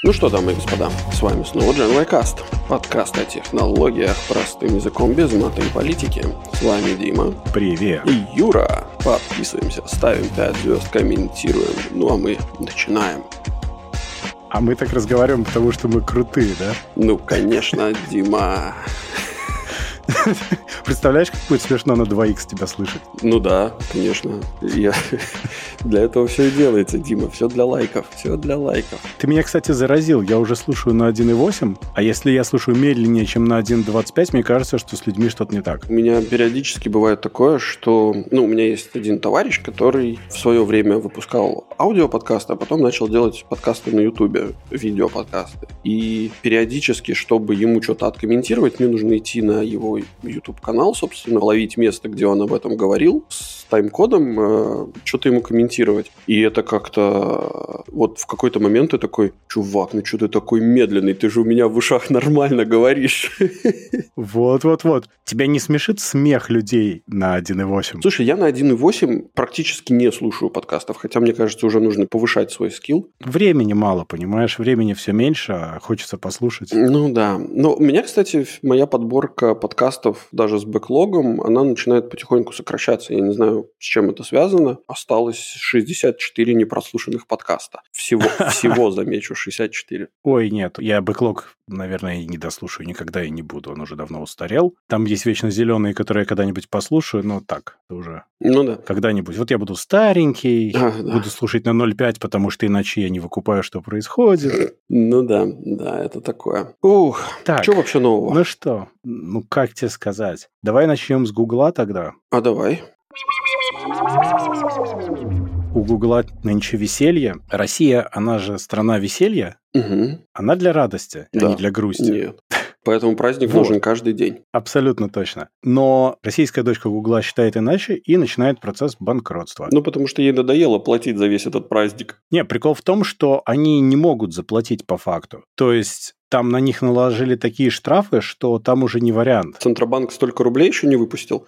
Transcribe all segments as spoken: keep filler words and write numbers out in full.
Ну что, дамы и господа, с вами снова GenYcast, подкаст о технологиях простым языком без мата и политики. С вами Дима. Привет. И Юра. Подписываемся, ставим пять звезд, комментируем. Ну а мы начинаем. А мы так разговариваем, потому что мы крутые, да? Ну, конечно, Дима. Представляешь, как будет смешно на два икс тебя слышать? Ну да, конечно. Я... Для этого все и делается, Дима. Все для лайков. Все для лайков. Ты меня, кстати, заразил. Я уже слушаю на один и восемь, а если я слушаю медленнее, чем на один и двадцать пять, мне кажется, что с людьми что-то не так. У меня периодически бывает такое, что... Ну, у меня есть один товарищ, который в свое время выпускал аудиоподкасты, а потом начал делать подкасты на Ютубе, видеоподкасты. И периодически, чтобы ему что-то откомментировать, мне нужно идти на его YouTube-канал, собственно, ловить место, где он об этом говорил, с тайм-кодом, э, что-то ему комментировать. И это как-то... Вот в какой-то момент ты такой: чувак, ну что ты такой медленный? Ты же у меня в ушах нормально говоришь. Вот-вот-вот. Тебя не смешит смех людей на один и восемь? Слушай, я на один и восемь практически не слушаю подкастов, хотя, мне кажется, уже нужно повышать свой скилл. Времени мало, понимаешь? Времени все меньше, а хочется послушать. Ну да. Но у меня, кстати, моя подборка подкастов даже с бэклогом, она начинает потихоньку сокращаться. Я не знаю, с чем это связано. Осталось шестьдесят четыре непрослушанных подкаста. Всего, всего замечу, шестьдесят четыре. Ой, нет, я бэклог, наверное, и не дослушаю никогда и не буду. Он уже давно устарел. Там есть вечно зеленые, которые я когда-нибудь послушаю, но так, это уже ну, да. когда-нибудь. Вот я буду старенький, а, буду да. слушать на ноль пять, потому что иначе я не выкупаю, что происходит. Ну да, да, это такое. Ух, так, что вообще нового? Ну что, ну как тебе сказать? Давай начнем с Гугла тогда. А давай. У Гугла нынче веселье. Россия, она же страна веселья. Угу. Она для радости, да. а не для грусти. Нет. Поэтому праздник вот. нужен каждый день. Абсолютно точно. Но российская дочка Гугла считает иначе и начинает процесс банкротства. Ну, потому что ей надоело платить за весь этот праздник. Не, прикол в том, что они не могут заплатить по факту. То есть там на них наложили такие штрафы, что там уже не вариант. Центробанк столько рублей еще не выпустил?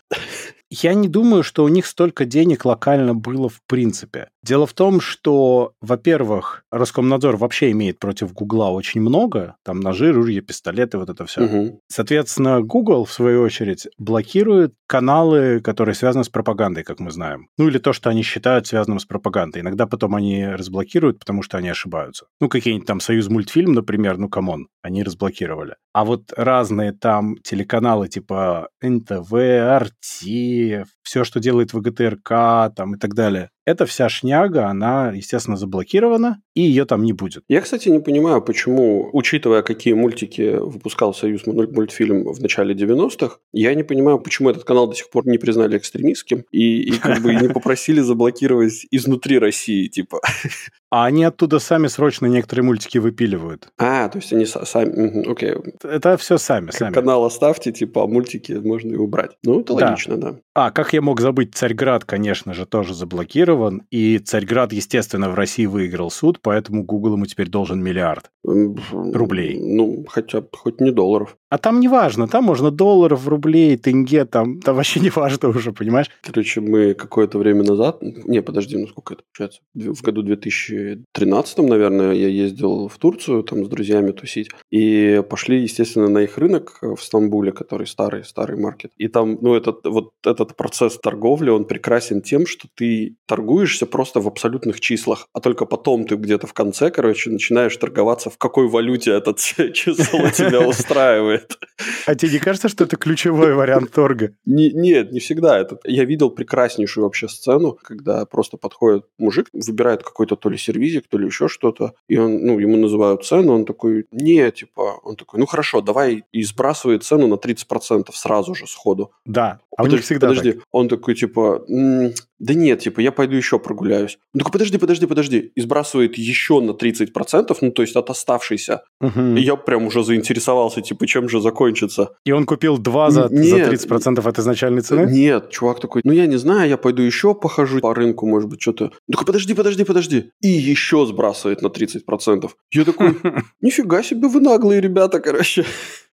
Я не думаю, что у них столько денег локально было в принципе. Дело в том, что, во-первых, Роскомнадзор вообще имеет против Гугла очень много. Там ножи, ружья, пистолеты, вот это все. Угу. Соответственно, Google, в свою очередь, блокирует каналы, которые связаны с пропагандой, как мы знаем. Ну, или то, что они считают связанным с пропагандой. Иногда потом они разблокируют, потому что они ошибаются. Ну, какие-нибудь там Союзмультфильм, например, ну, камон, они разблокировали. А вот разные там телеканалы типа эн тэ вэ, ар ти, все, что делает вэ гэ тэ эр ка там, и так далее, эта вся шняга, она, естественно, заблокирована, и ее там не будет. Я, кстати, не понимаю, почему, учитывая, какие мультики выпускал Союз мультфильм в начале девяностых, я не понимаю, почему этот канал до сих пор не признали экстремистским и, и как бы не попросили заблокировать изнутри России, типа. А они оттуда сами срочно некоторые мультики выпиливают. А, то есть они сами... Окей. Это все сами, сами. Канал оставьте, типа, а мультики можно и убрать. Ну, это да. Логично, да. А, как я мог забыть, Царьград, конечно же, тоже заблокирован. И Царьград, естественно, в России выиграл суд, поэтому Google ему теперь должен миллиард рублей. Ну, хотя бы хоть не долларов. А там не важно, там можно долларов, рублей, тенге, там, там вообще не важно уже, понимаешь? Короче, мы какое-то время назад... Не, подожди, ну сколько это получается? В году две тысячи тринадцатом, наверное, я ездил в Турцию там с друзьями тусить. И пошли, естественно, на их рынок в Стамбуле, который старый, старый маркет. И там, ну, этот, вот этот процесс торговли, он прекрасен тем, что ты торгуешься просто в абсолютных числах, а только потом ты где-то в конце, короче, начинаешь торговаться, в какой валюте этот число тебя устраивает. А тебе не кажется, что это ключевой вариант торга? Не, нет, не всегда. Это... Я видел прекраснейшую вообще сцену, когда просто подходит мужик, выбирает какой-то то ли сервизик, то ли еще что-то, и он, ну, ему называют цену, он такой, не, типа, он такой, ну хорошо, давай, и сбрасывает цену на тридцать процентов сразу же сходу. Да, а подожди, у них всегда Подожди, так. Он такой, типа, м- да нет, типа, я пойду еще прогуляюсь. Он такой, подожди, подожди, подожди, и сбрасывает еще на тридцать процентов, ну, то есть от оставшейся. Угу. И я прям уже заинтересовался, типа, чем же закончится. И он купил два за, за тридцать процентов от изначальной цены? Нет, чувак такой, ну, я не знаю, я пойду еще похожу по рынку, может быть, что-то. Он такой, подожди, подожди, подожди. И еще сбрасывает на тридцать процентов. Я такой, нифига себе, вы наглые ребята, короче.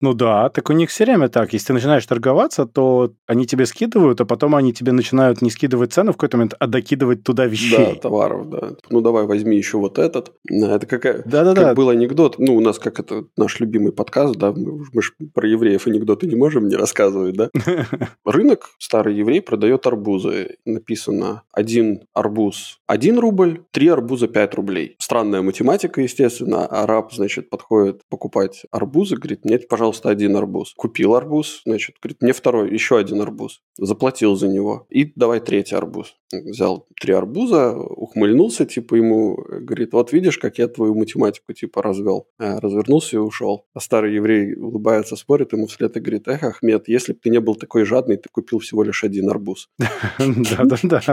Ну да, так у них все время так. Если ты начинаешь торговаться, то они тебе скидывают, а потом они тебе начинают не скидывать цену в какой-то момент, а докидывать туда вещей. Да, товаров, да. Ну, давай возьми еще вот этот. Это как, Да-да-да. как был анекдот. Ну, у нас как это наш любимый подкаст, да, мы, мы же про евреев анекдоты не можем не рассказывать, да. Рынок, старый еврей, продает арбузы. Написано один арбуз один рубль, три арбуза пять рублей. Странная математика, естественно. Араб, значит, подходит покупать арбузы, говорит, мне, пожалуйста, один арбуз. Купил арбуз, значит, говорит, мне второй, еще один арбуз. Заплатил за него. И давай третий арбуз. Взял три арбуза, ухмыльнулся, типа ему, говорит, вот видишь, как я твою математику, типа, развел. А, развернулся и ушел. А старый еврей улыбается, смотрит ему вслед и говорит, эх, Ахмед, если бы ты не был такой жадный, ты купил всего лишь один арбуз. Да-да-да.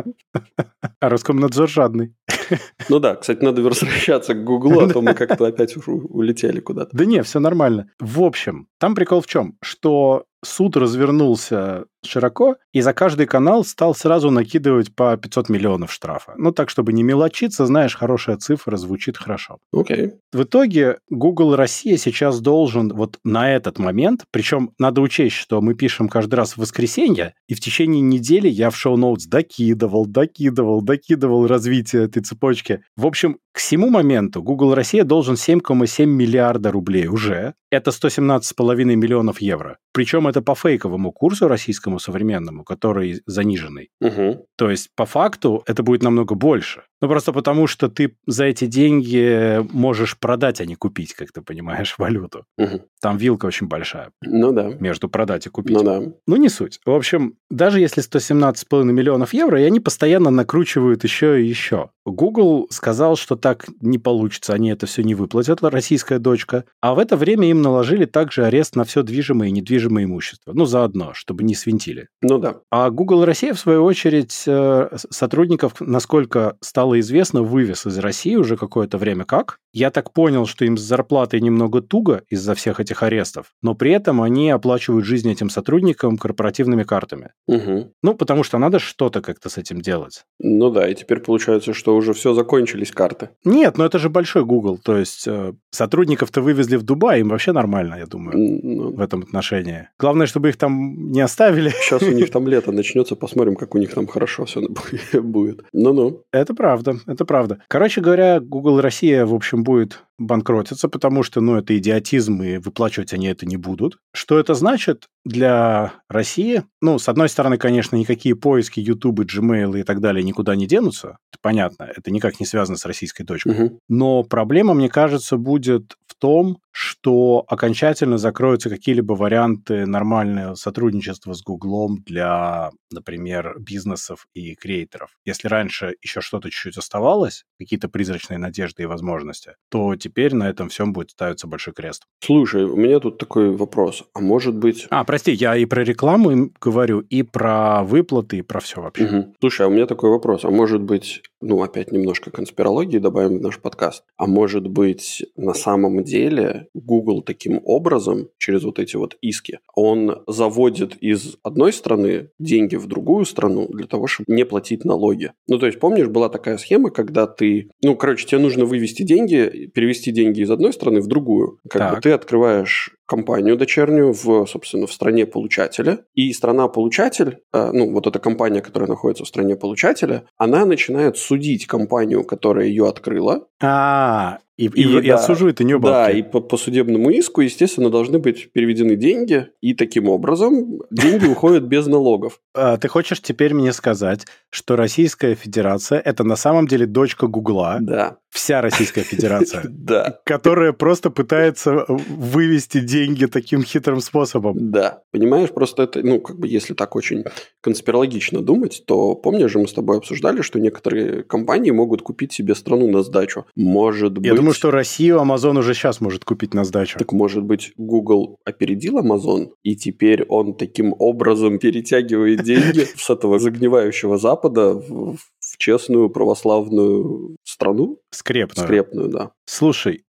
А Роскомнадзор жадный. Ну да, кстати, надо возвращаться к Гуглу, а то мы как-то опять улетели куда-то. Да не, все нормально. В общем, там прикол в чем? Что суд развернулся широко, и за каждый канал стал сразу накидывать по пятьсот миллионов штрафа. Ну, так, чтобы не мелочиться, знаешь, хорошая цифра, звучит хорошо. Окей. Okay. В итоге Google Россия сейчас должен вот на этот момент, причем надо учесть, что мы пишем каждый раз в воскресенье, и в течение недели я в шоу-ноутс докидывал, докидывал, докидывал развитие этой цепочки. В общем, к сему моменту Google Россия должен семь целых семь миллиарда рублей уже. Это сто семнадцать целых пять миллионов евро. Причем это по фейковому курсу российскому современному, который заниженный. Угу. То есть, по факту, это будет намного больше. Ну, просто потому, что ты за эти деньги можешь продать, а не купить, как ты понимаешь, валюту. Угу. Там вилка очень большая. Ну да. Между продать и купить. Ну да. Ну, не суть. В общем, даже если сто семнадцать целых пять миллионов евро, и они постоянно накручивают еще и еще. Google сказал, что так не получится, они это все не выплатят, российская дочка. А в это время им наложили также арест на все движимое и недвижимое имущество. Ну, заодно, чтобы не свинтили. Ну да. А Google Россия, в свою очередь, сотрудников, насколько стало известно, вывез из России уже какое-то время как. Я так понял, что им с зарплатой немного туго из-за всех этих арестов, но при этом они оплачивают жизнь этим сотрудникам корпоративными картами. Угу. Ну, потому что надо что-то как-то с этим делать. Ну да, и теперь получается, что уже все закончились карты. Нет, но это же большой Google, то есть э, сотрудников-то вывезли в Дубай, им вообще нормально, я думаю, ну, в этом отношении. Главное, чтобы их там не оставили. Сейчас у них там лето начнется, посмотрим, как у них там хорошо все будет. Ну-ну. Это правда, это правда. Короче говоря, Google Россия, в общем, будет банкротиться, потому что, ну, это идиотизм, и выплачивать они это не будут. Что это значит для России? Ну, с одной стороны, конечно, никакие поиски, YouTube, Gmail и так далее никуда не денутся. Это понятно, это никак не связано с российской дочкой. Угу. Но проблема, мне кажется, будет в том, что окончательно закроются какие-либо варианты нормального сотрудничества с Гуглом для, например, бизнесов и креаторов. Если раньше еще что-то чуть-чуть оставалось, какие-то призрачные надежды и возможности, то теперь на этом всем будет ставиться большой крест. Слушай, у меня тут такой вопрос. А может быть... А, прости, я и про рекламу говорю, и про выплаты, и про все вообще. Угу. Слушай, а у меня такой вопрос. А может быть, ну, опять немножко конспирологии добавим в наш подкаст. А может быть, на самом деле Google таким образом, через вот эти вот иски, он заводит из одной страны деньги в другую страну для того, чтобы не платить налоги. Ну, то есть, помнишь, была такая схема, когда ты... Ну, короче, тебе нужно вывести деньги, перевести деньги из одной страны в другую. Как Так. бы ты открываешь компанию дочернюю в, собственно, в стране получателя, и страна-получатель, э, ну, вот эта компания, которая находится в стране получателя, она начинает судить компанию, которая ее открыла. А, и, и, И, и да, отсуживает у нее бабки. Да, и по, по судебному иску, естественно, должны быть переведены деньги, и таким образом деньги уходят без налогов. А, ты хочешь теперь мне сказать, что Российская Федерация – это на самом деле дочка Гугла? Да. Вся Российская Федерация? Да. Которая просто пытается вывести деньги таким хитрым способом? Да. Понимаешь, просто это, ну, как бы, если так очень конспирологично думать, то помнишь же, мы с тобой обсуждали, что некоторые компании могут купить себе страну на сдачу. Может быть... Я думаю, что Россию Amazon уже сейчас может купить на сдачу. Так, может быть, Google опередил Amazon, и теперь он таким образом перетягивает деньги с этого загнивающего Запада в, в честную православную страну? Скрепную. Скрепную, да. Слушай,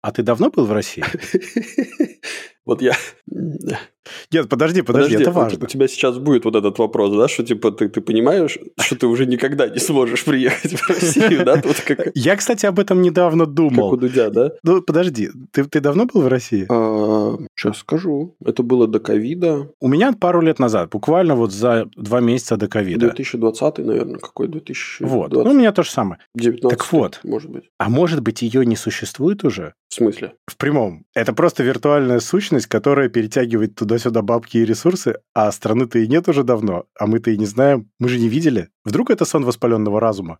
А ты давно был в России? Вот я... Нет, подожди, подожди, это важно. У тебя сейчас будет вот этот вопрос, да, что типа ты, ты понимаешь, что ты уже никогда не сможешь приехать в Россию, да? Тут как... Я, кстати, об этом недавно думал. Как у Дудя, да? Ну, подожди, ты, ты давно был в России? А, сейчас скажу. Это было до ковида. У меня пару лет назад, буквально вот за два месяца до ковида. две тысячи двадцатый, наверное, какой две тысячи двадцатый? Вот, ну, у меня то же самое. девятнадцатый, так вот, может быть. А может быть, ее не существует уже? В смысле? В прямом. Это просто виртуальная сущность, которая перетягивает туда-сюда бабки и ресурсы, а страны-то и нет уже давно, а мы-то и не знаем, мы же не видели. Вдруг это сон воспаленного разума?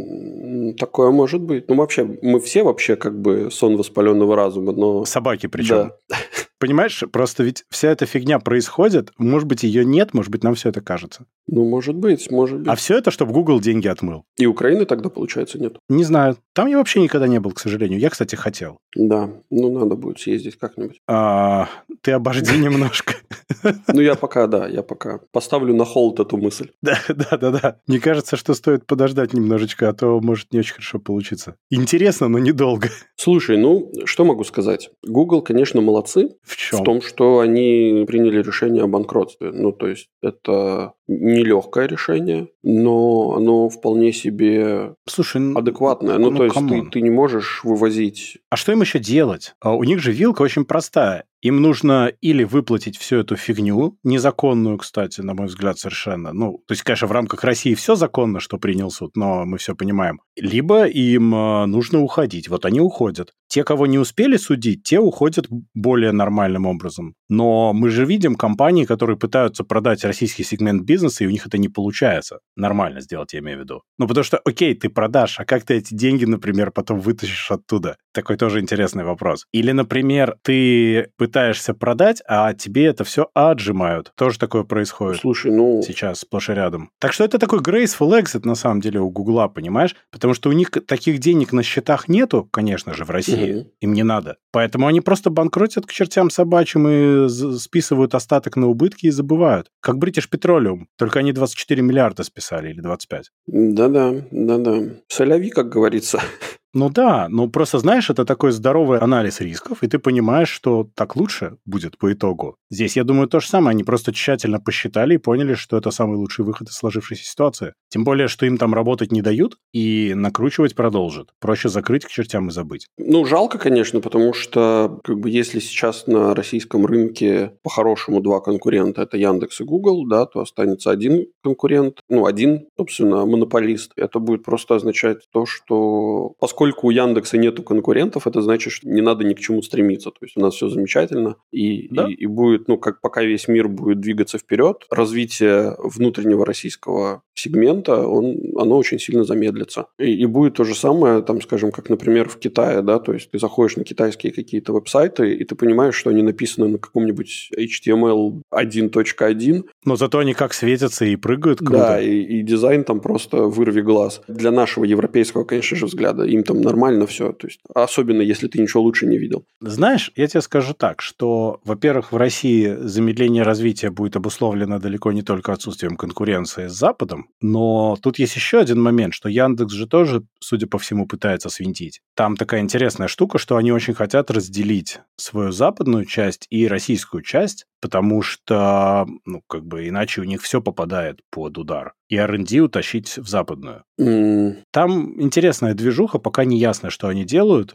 Такое может быть. Ну, вообще, мы все вообще как бы сон воспаленного разума, но... Собаки причем. Да. Понимаешь, просто ведь вся эта фигня происходит, может быть, ее нет, может быть, нам все это кажется. Ну, может быть, может быть. А все это, чтобы Google деньги отмыл. И Украины тогда, получается, нет? Не знаю. Там я вообще никогда не был, к сожалению. Я, кстати, хотел. Да, ну, надо будет съездить как-нибудь. А, ты обожди немножко. Ну, я пока, да, я пока поставлю на холд эту мысль. Да, да, да, да. Мне кажется, что стоит подождать немножечко, а то может не очень хорошо получиться. Интересно, но недолго. Слушай, ну, что могу сказать? Google, конечно, молодцы. В чем? В том, что они приняли решение о банкротстве. Ну, то есть, это нелегкое решение, но оно вполне себе Слушай, адекватное. Ну, ну, то есть, камон. ты, ты не можешь вывозить... А что им еще делать? А у них же вилка очень простая. Им нужно или выплатить всю эту фигню, незаконную, кстати, на мой взгляд, совершенно. Ну, то есть, конечно, в рамках России все законно, что принял суд, но мы все понимаем. Либо им э, нужно уходить. Вот они уходят. Те, кого не успели судить, те уходят более нормальным образом. Но мы же видим компании, которые пытаются продать российский сегмент бизнеса, и у них это не получается. Нормально сделать, я имею в виду. Ну, потому что, окей, ты продашь, а как ты эти деньги, например, потом вытащишь оттуда? Такой тоже интересный вопрос. Или, например, ты пытаешься продать, а тебе это все отжимают. Тоже такое происходит. Слушай, ну... Сейчас сплошь и рядом. Так что это такой graceful exit, на самом деле, у Гугла, понимаешь? Потому что у них таких денег на счетах нету, конечно же, в России. Угу. Им не надо. Поэтому они просто банкротят к чертям собачьим и списывают остаток на убытки и забывают. Как British Petroleum. Только они двадцать четыре миллиарда списали или двадцать пять. Да-да, да-да. Соляви, как говорится. Ну да, ну просто, знаешь, это такой здоровый анализ рисков, и ты понимаешь, что так лучше будет по итогу. Здесь, я думаю, то же самое. Они просто тщательно посчитали и поняли, что это самый лучший выход из сложившейся ситуации. Тем более, что им там работать не дают и накручивать продолжат. Проще закрыть к чертям и забыть. Ну, жалко, конечно, потому что как бы если сейчас на российском рынке по-хорошему два конкурента, это Яндекс и Google, да, то останется один конкурент, ну, один, собственно, монополист. Это будет просто означать то, что поскольку Поскольку у Яндекса нету конкурентов, это значит, что не надо ни к чему стремиться. То есть у нас все замечательно. И, да? и, и будет, ну, как пока весь мир будет двигаться вперед, развитие внутреннего российского сегмента, он, оно очень сильно замедлится. И, и будет то же самое, там, скажем, как, например, в Китае, да, то есть ты заходишь на китайские какие-то веб-сайты, и ты понимаешь, что они написаны на каком-нибудь эйч ти эм эл один точка один. Но зато они как светятся и прыгают круто. Да, и, и дизайн там просто вырви глаз. Для нашего европейского, конечно же, взгляда, им там нормально все, то есть особенно если ты ничего лучше не видел. Знаешь, я тебе скажу так, что, во-первых, в России замедление развития будет обусловлено далеко не только отсутствием конкуренции с Западом, но тут есть еще один момент, что Яндекс же тоже, судя по всему, пытается свинтить. Там такая интересная штука, что они очень хотят разделить свою западную часть и российскую часть, потому что, ну, как бы иначе у них все попадает под удар. И ар энд ди утащить в западную. Mm. Там интересная движуха, пока не ясно, что они делают,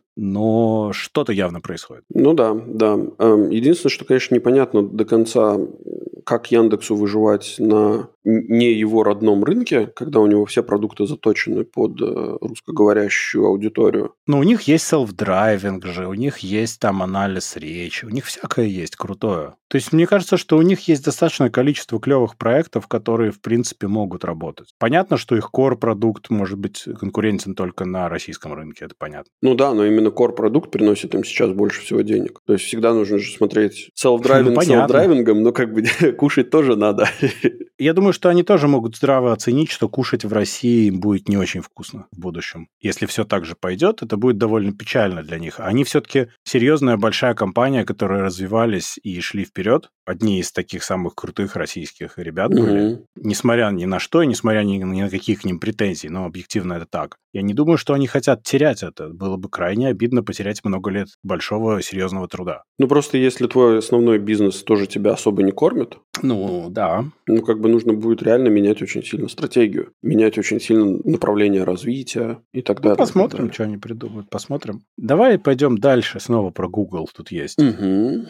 но что-то явно происходит. Ну да, да. Единственное, что, конечно, непонятно до конца, как Яндексу выживать на не его родном рынке, когда у него все продукты заточены под русскоговорящую аудиторию. Но у них есть селф-драйвинг же, у них есть там анализ речи, у них всякое есть крутое. То есть мне кажется, что у них есть достаточное количество клевых проектов, которые, в принципе, могут работать. Понятно, что их core-продукт может быть конкурентен только на российском рынке, это понятно. Ну да, но именно core-продукт приносит им сейчас больше всего денег. То есть всегда нужно же смотреть селф-драйвинг ну, селф-драйвингом, но как бы кушать тоже надо. Я думаю, что они тоже могут здраво оценить, что кушать в России им будет не очень вкусно в будущем. Если все так же пойдет, это будет довольно печально для них. Они все-таки серьезная большая компания, которые развивались и шли вперед. одни из таких самых крутых российских ребят Мгм. были. Несмотря ни на что, и несмотря ни, ни на какие к ним претензии, но объективно это так. Я не думаю, что они хотят терять это. Было бы крайне обидно потерять много лет большого серьезного труда. Ну, просто если твой основной бизнес тоже тебя особо не кормит, Ну, да. ну, как бы нужно будет реально менять очень сильно стратегию, менять очень сильно направление развития и так Ну, далее. и так посмотрим, далее. что они придумают. Посмотрим. Давай пойдем дальше. Снова про Google тут есть. Мгм.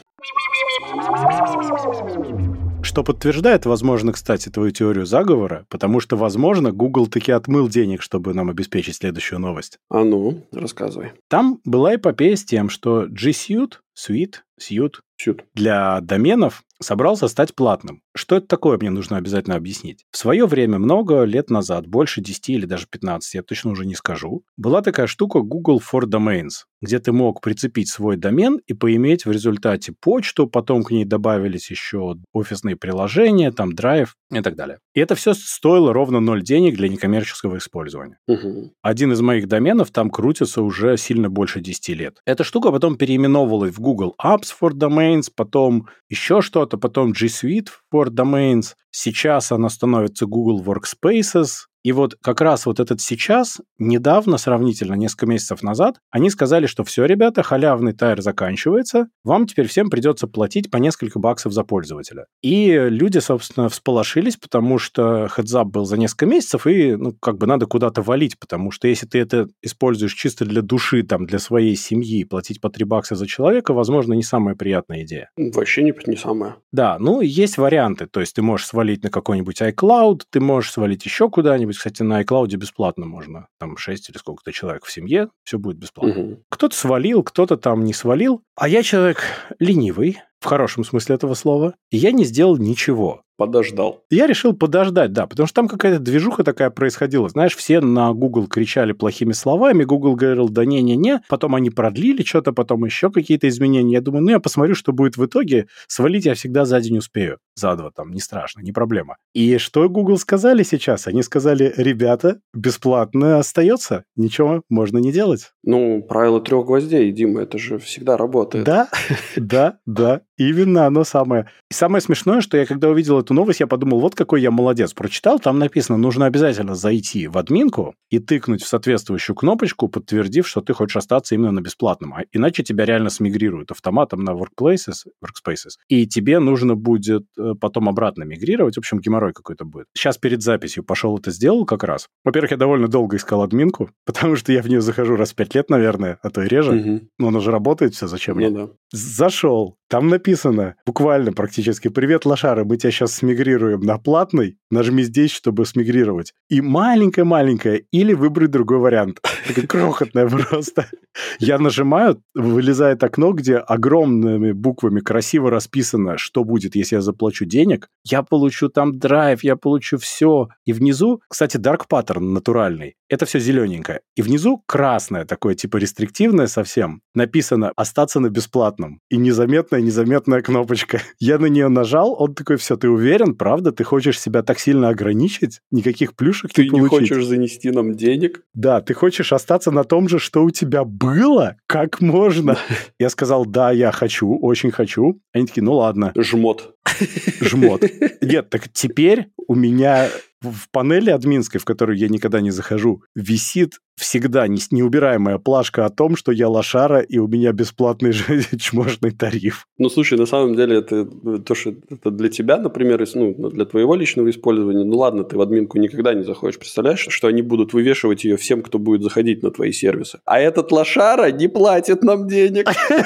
Что подтверждает, возможно, кстати, твою теорию заговора, потому что, возможно, Google таки отмыл денег, чтобы нам обеспечить следующую новость. А ну, рассказывай. Там была эпопея с тем, что G Suite, Suite, Suite Сюд. для доменов собрался стать платным. Что это такое, мне нужно обязательно объяснить. В свое время, много лет назад, больше десяти или даже пятнадцати, я точно уже не скажу, была такая штука Google for Domains, где ты мог прицепить свой домен и поиметь в результате почту, потом к ней добавились еще офисные приложения, там драйв и так далее. И это все стоило ровно ноль денег для некоммерческого использования. Мгм. Один из моих доменов там крутится уже сильно больше десяти лет. Эта штука потом переименовывалась в Google Apps for Domains, потом еще что-то, потом G Suite for Domains. Сейчас она становится Google Workspaces. И вот как раз вот этот сейчас, недавно, сравнительно, несколько месяцев назад, они сказали, что все, ребята, халявный тайр заканчивается, вам теперь всем придется платить по несколько баксов за пользователя. И люди, собственно, всполошились, потому что хедзап был за несколько месяцев, и, ну, как бы надо куда-то валить, потому что если ты это используешь чисто для души, там, для своей семьи, платить по три бакса за человека, возможно, не самая приятная идея. Вообще не, не самое. Да, ну, есть варианты, то есть ты можешь свалить на какой-нибудь iCloud, ты можешь свалить еще куда-нибудь. Кстати, на iCloud бесплатно можно. Там шесть или сколько-то человек в семье, все будет бесплатно. Мгм. Кто-то свалил, кто-то там не свалил. А я человек ленивый, в хорошем смысле этого слова, и я не сделал ничего. Подождал. Я решил подождать, да, потому что там какая-то движуха такая происходила. Знаешь, все на Google кричали плохими словами, Google говорил, да не-не-не, потом они продлили что-то, потом еще какие-то изменения. Я думаю, ну, я посмотрю, что будет в итоге. Свалить я всегда за день успею. За два там, не страшно, не проблема. И что Google сказали сейчас? Они сказали, ребята, бесплатно остается, ничего можно не делать. Ну, правило трех гвоздей, Дима, это же всегда работает. Да, да, да, именно оно самое. И самое смешное, что я когда увидел эту новость, я подумал, вот какой я молодец. Прочитал, там написано, нужно обязательно зайти в админку и тыкнуть в соответствующую кнопочку, подтвердив, что ты хочешь остаться именно на бесплатном. А иначе тебя реально смигрируют автоматом на Workplaces, Workspaces, и тебе нужно будет э, потом обратно мигрировать. В общем, геморрой какой-то будет. Сейчас перед записью пошел это сделал как раз. Во-первых, я довольно долго искал админку, потому что я в нее захожу раз в пять лет, наверное, а то и реже. Мгм. Но она же работает все, зачем Ну мне? да. Зашел, там написано, буквально практически, привет, лошара, мы тебя сейчас смигрируем на платный, нажми здесь, чтобы смигрировать. И маленькое-маленькое, или выбрать другой вариант. Такое крохотное просто. Я нажимаю, вылезает окно, где огромными буквами красиво расписано, что будет, если я заплачу денег. Я получу там драйв, я получу все. И внизу, кстати, dark pattern натуральный. Это все зелененькое. И внизу красное, такое типа рестриктивное совсем. Написано «остаться на бесплатном». И незаметная-незаметная кнопочка. Я на нее нажал, он такой, все, ты уверен, правда? Ты хочешь себя так сильно ограничить? Никаких плюшек Ты не не получить? хочешь занести нам денег? Да, ты хочешь остаться на том же, что у тебя было? Как можно? Я сказал, да, я хочу, очень хочу. Они такие, ну ладно, Жмот. жмот. Нет, так теперь у меня в панели админской, в которую я никогда не захожу, висит всегда неубираемая плашка о том, что я лошара, и у меня бесплатный же чмошный тариф. Ну, слушай, на самом деле, это то, что это для тебя, например, ну, для твоего личного использования, ну, ладно, ты в админку никогда не заходишь. Представляешь, что они будут вывешивать ее всем, кто будет заходить на твои сервисы. А этот лошара не платит нам денег.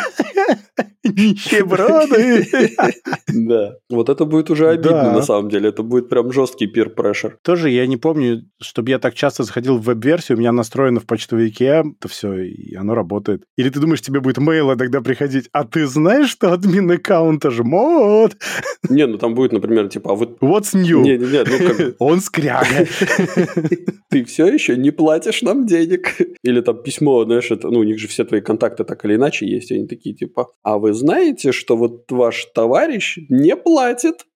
Нищеброды! Да. Вот это будет уже обидно, Да. на самом деле. Это будет прям жесткий peer-pressure. Тоже я не помню, чтобы я так часто заходил в веб-версию, у меня настроено в почтовике, это все, и оно работает. Или ты думаешь, тебе будет мейл иногда приходить, а ты знаешь, что админ аккаунта жмот? Не, ну там будет, например, типа, а вот... What's new? Не, не, не, ну как... Он скряга. Ты все еще не платишь нам денег. Или там письмо, знаешь, это, ну, у них же все твои контакты так или иначе есть. И они такие, типа, а вы знаете, что вот ваш товарищ не платит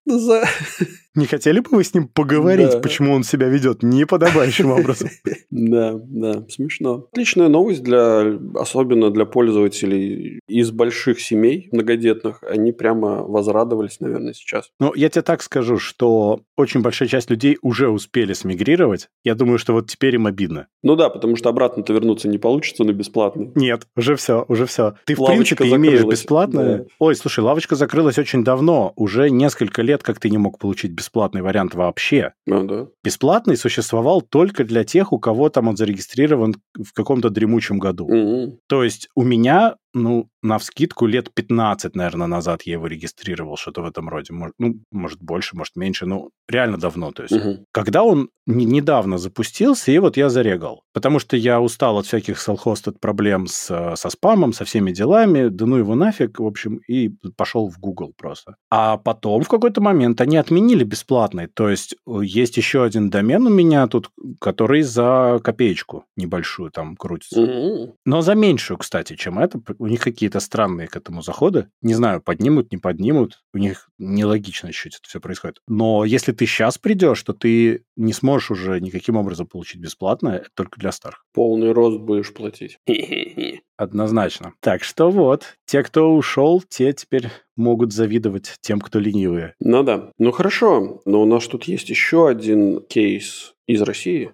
За... Не хотели бы вы с ним поговорить, Да. почему он себя ведет неподобающим образом? Да, да, смешно. Отличная новость, для, особенно для пользователей из больших семей многодетных. Они прямо возрадовались, наверное, сейчас. Ну, я тебе так скажу, что очень большая часть людей уже успели смигрировать. Я думаю, что вот теперь им обидно. Ну да, потому что обратно-то вернуться не получится на бесплатный. Нет, уже все, уже все. Ты, в Лавочка принципе, имеешь закрылась. бесплатное... Да. Ой, слушай, лавочка закрылась очень давно. Уже несколько лет, как ты не мог получить бесплатный вариант вообще. А, да. Бесплатный существовал только для тех, у кого там он зарегистрирован в каком-то дремучем году. Угу. То есть у меня, ну, навскидку лет пятнадцать, наверное, назад я его регистрировал, что-то в этом роде. Может, ну, может, больше, может, меньше, ну, реально давно. То есть, Угу. когда он не- недавно запустился, и вот я зарегал. Потому что я устал от всяких self-hosted проблем с, со спамом, со всеми делами, да ну его нафиг, в общем, и пошел в Google просто. А потом в какой-то момент они отменили бесплатный. То есть, есть еще один домен у меня тут, который за копеечку небольшую там крутится. Угу. Но за меньшую, кстати, чем это. У них какие-то странные к этому заходы. Не знаю, поднимут, не поднимут. У них нелогично чуть-чуть это все происходит. Но если ты сейчас придешь, то ты не сможешь уже никаким образом получить бесплатно. Это только для старых. Полный рост будешь платить. Однозначно. Так что вот, те, кто ушел, те теперь могут завидовать тем, кто ленивые. Ну да. Ну хорошо, но у нас тут есть еще один кейс из России.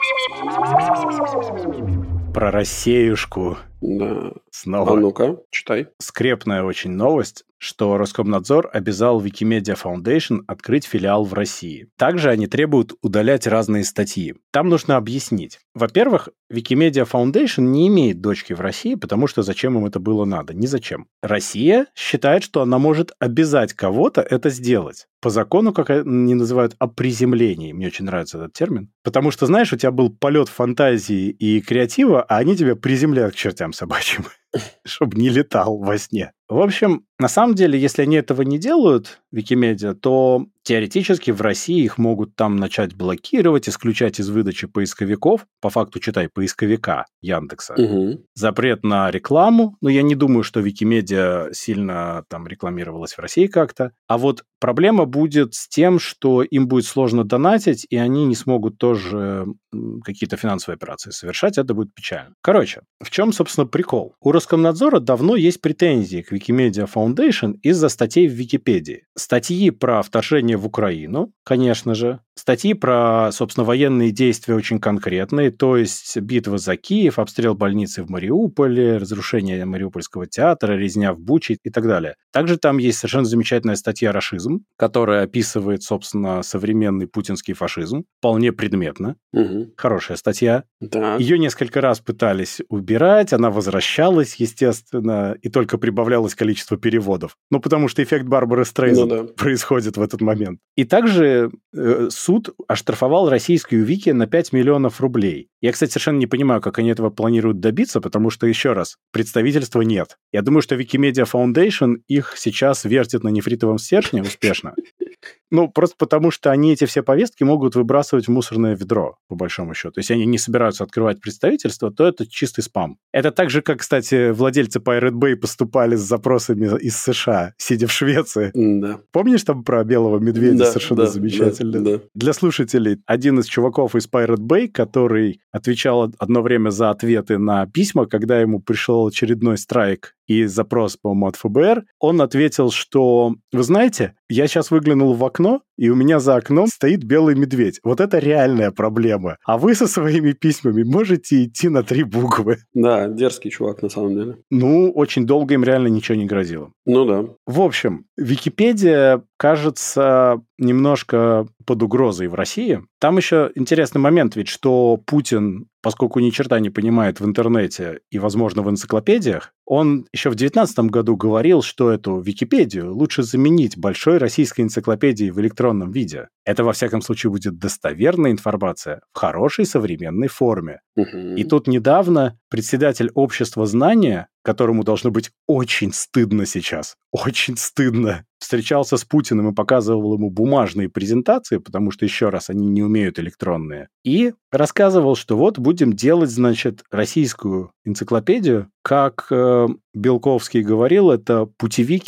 Про Россеюшку. Да. Снова. А ну-ка, читай. Скрепная очень новость, что Роскомнадзор обязал Wikimedia Foundation открыть филиал в России. Также они требуют удалять разные статьи. Там нужно объяснить. Во-первых, Wikimedia Foundation не имеет дочки в России, потому что зачем им это было надо? Ни зачем. Россия считает, что она может обязать кого-то это сделать. По закону, как они называют, о приземлении. Мне очень нравится этот термин. Потому что, знаешь, у тебя был полет фантазии и креатива, а они тебя приземляют к чертям собачьим, чтобы не летал во сне. В общем, на самом деле, если они этого не делают, Викимедиа, то теоретически в России их могут там начать блокировать, исключать из выдачи поисковиков, по факту, читай, поисковика Яндекса. Угу. Запрет на рекламу, но я не думаю, что Викимедиа сильно там рекламировалась в России как-то. А вот проблема будет с тем, что им будет сложно донатить, и они не смогут тоже какие-то финансовые операции совершать, это будет печально. Короче, в чем, собственно, прикол? У Роскомнадзора давно есть претензии к Wikimedia Foundation из-за статей в Википедии. Статьи про вторжение в Украину, конечно же. Статьи про, собственно, военные действия очень конкретные, то есть битва за Киев, обстрел больницы в Мариуполе, разрушение Мариупольского театра, резня в Буче и так далее. Также там есть совершенно замечательная статья «Рашизм», которая описывает, собственно, современный путинский фашизм, вполне предметно. Угу. Хорошая статья. Да. Ее несколько раз пытались убирать, она возвращалась, естественно, и только прибавлялось количество переводов. Ну, потому что эффект Барбары Стрейзанд Ну да. происходит в этот момент. И также э, суд оштрафовал российскую Вики на пять миллионов рублей. Я, кстати, совершенно не понимаю, как они этого планируют добиться, потому что, еще раз, представительства нет. Я думаю, что Wikimedia Foundation их сейчас вертит на нефритовом стержне успешно. Ну, просто потому, что они эти все повестки могут выбрасывать в мусорное ведро, по большому счету. Если они не собираются открывать представительство, то это чистый спам. Это так же, как, кстати, владельцы Pirate Bay поступали с запросами из США, сидя в Швеции. Да. Помнишь там про белого медведя? Да, Совершенно да, замечательно. да, да. Для слушателей, один из чуваков из Pirate Bay, который отвечал одно время за ответы на письма, когда ему пришел очередной страйк и запрос, по-моему, от эф бэ эр, он ответил, что, вы знаете, я сейчас выглянул в окно, и у меня за окном стоит белый медведь. Вот это реальная проблема. А вы со своими письмами можете идти на три буквы. Да, дерзкий чувак на самом деле. Ну, очень долго им реально ничего не грозило. Ну да. В общем, Википедия, кажется, немножко под угрозой в России. Там еще интересный момент, ведь что Путин, поскольку ни черта не понимает в интернете и, возможно, в энциклопедиях, он еще в девятнадцатом году говорил, что эту Википедию лучше заменить большой российской энциклопедией в электронном виде. Это, во всяком случае, будет достоверная информация в хорошей современной форме. Угу. И тут недавно председатель общества знания, которому должно быть очень стыдно сейчас, очень стыдно, встречался с Путиным и показывал ему бумажные презентации, потому что, еще раз, они не умеют электронные, и рассказывал, что вот будем делать, значит, российскую энциклопедию, как э, Белковский говорил, это путевики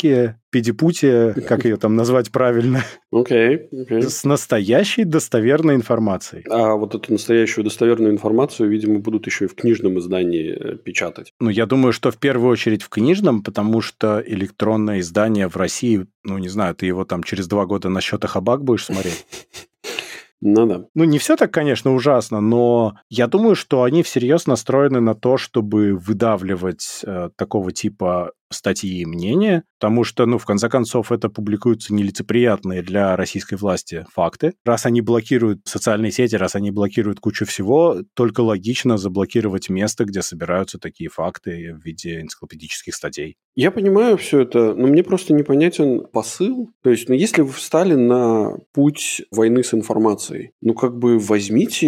педипутия, как ее там назвать правильно, Окей, окей. с настоящей достоверной информацией. А вот эту настоящую достоверную информацию, видимо, будут еще и в книжном издании печатать. Ну, я думаю, что в первую очередь в книжном, потому что электронное издание в России, ну, не знаю, ты его там через два года на счет Ахабак будешь смотреть? Ну да. Ну, не все так, конечно, ужасно, но я думаю, что они всерьез настроены на то, чтобы выдавливать э, такого типа статьи и мнения, потому что, ну, в конце концов, это публикуются нелицеприятные для российской власти факты. Раз они блокируют социальные сети, раз они блокируют кучу всего, только логично заблокировать место, где собираются такие факты в виде энциклопедических статей. Я понимаю все это, но мне просто непонятен посыл. То есть, ну, если вы встали на путь войны с информацией, ну, как бы возьмите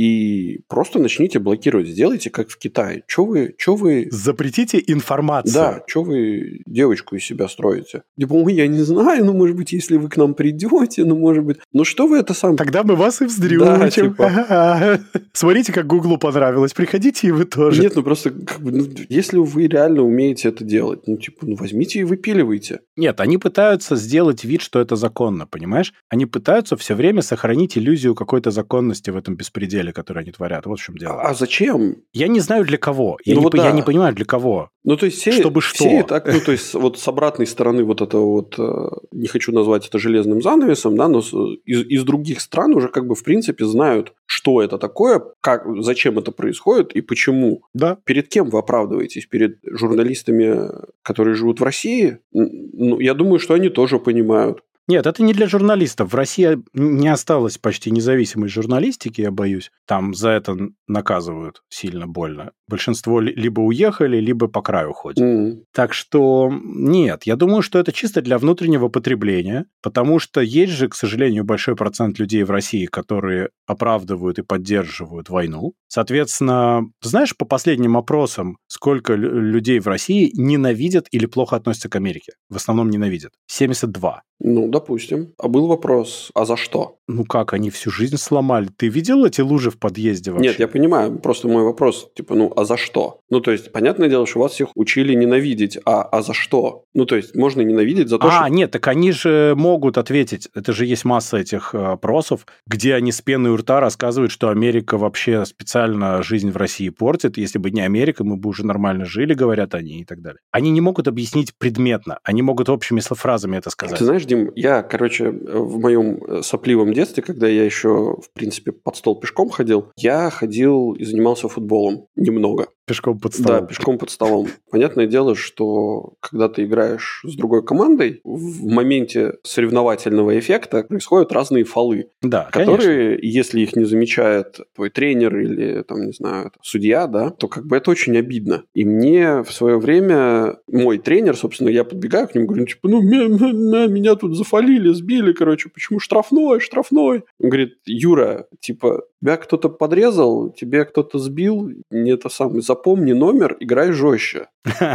и просто начните блокировать. Сделайте, как в Китае. Чё вы... Чё вы... Запретите информацию. Да, чё вы девочку из себя строите? Типа, ой, я не знаю, ну, может быть, если вы к нам придете, ну, может быть... Ну, что вы это сам... Тогда мы вас и вздрючим. Да, типа... Смотрите, как Гуглу понравилось. Приходите, и вы тоже. Нет, ну, просто, как бы, ну, если вы реально умеете это делать, ну, типа, ну, возьмите и выпиливайте. Нет, они пытаются сделать вид, что это законно, понимаешь? Они пытаются все время сохранить иллюзию какой-то законности в этом беспределе, который они творят. Вот в чем дело. А, а зачем? Я не знаю, для кого. Я, ну, не, вот я да. не понимаю, для кого. Ну, то есть, все, Чтобы что? все так, ну, то есть, вот с обратной стороны вот этого вот, не хочу назвать это железным занавесом, да, но из, из других стран уже как бы в принципе знают, что это такое, как, зачем это происходит и почему. Да. Перед кем вы оправдываетесь? Перед журналистами, которые живут в России? Ну, я думаю, что они тоже понимают. Нет, это не для журналистов. В России не осталось почти независимой журналистики, я боюсь. Там за это наказывают сильно больно. Большинство либо уехали, либо по краю ходят. Mm. Так что нет, я думаю, что это чисто для внутреннего потребления, потому что есть же, к сожалению, большой процент людей в России, которые оправдывают и поддерживают войну. Соответственно, знаешь, по последним опросам, сколько людей в России ненавидят или плохо относятся к Америке? В основном ненавидят. семьдесят два. Ну, допустим. А был вопрос, а за что? Ну как, они всю жизнь сломали. Ты видел эти лужи в подъезде вообще? Нет, я понимаю. Просто мой вопрос, типа, ну, а за что? Ну, то есть, понятное дело, что вас всех учили ненавидеть. А, а за что? Ну, то есть, можно ненавидеть за то, а, что... А, нет, так они же могут ответить. Это же есть масса этих опросов, где они с пеной у рта рассказывают, что Америка вообще специально жизнь в России портит. Если бы не Америка, мы бы уже нормально жили, говорят они, и так далее. Они не могут объяснить предметно. Они могут общими фразами это сказать. Ты знаешь, Дим, я, короче, в моем сопливом детстве, когда я еще, в принципе, под стол пешком ходил, я ходил и занимался футболом немного. Пешком под столом. Да, пешком под столом. Понятное дело, что когда ты играешь с другой командой, в моменте соревновательного эффекта происходят разные фолы, да, которые, конечно. если их не замечает твой тренер или, там, не знаю, судья, да, то как бы это очень обидно. И мне в свое время мой тренер, собственно, я подбегаю к нему, говорю, типа, ну, меня, меня тут зафолили, сбили, короче, почему штрафной, штрафной? Он говорит, Юра, типа, тебя кто-то подрезал, тебе кто-то сбил, не это самое, запомни номер, играй жестче.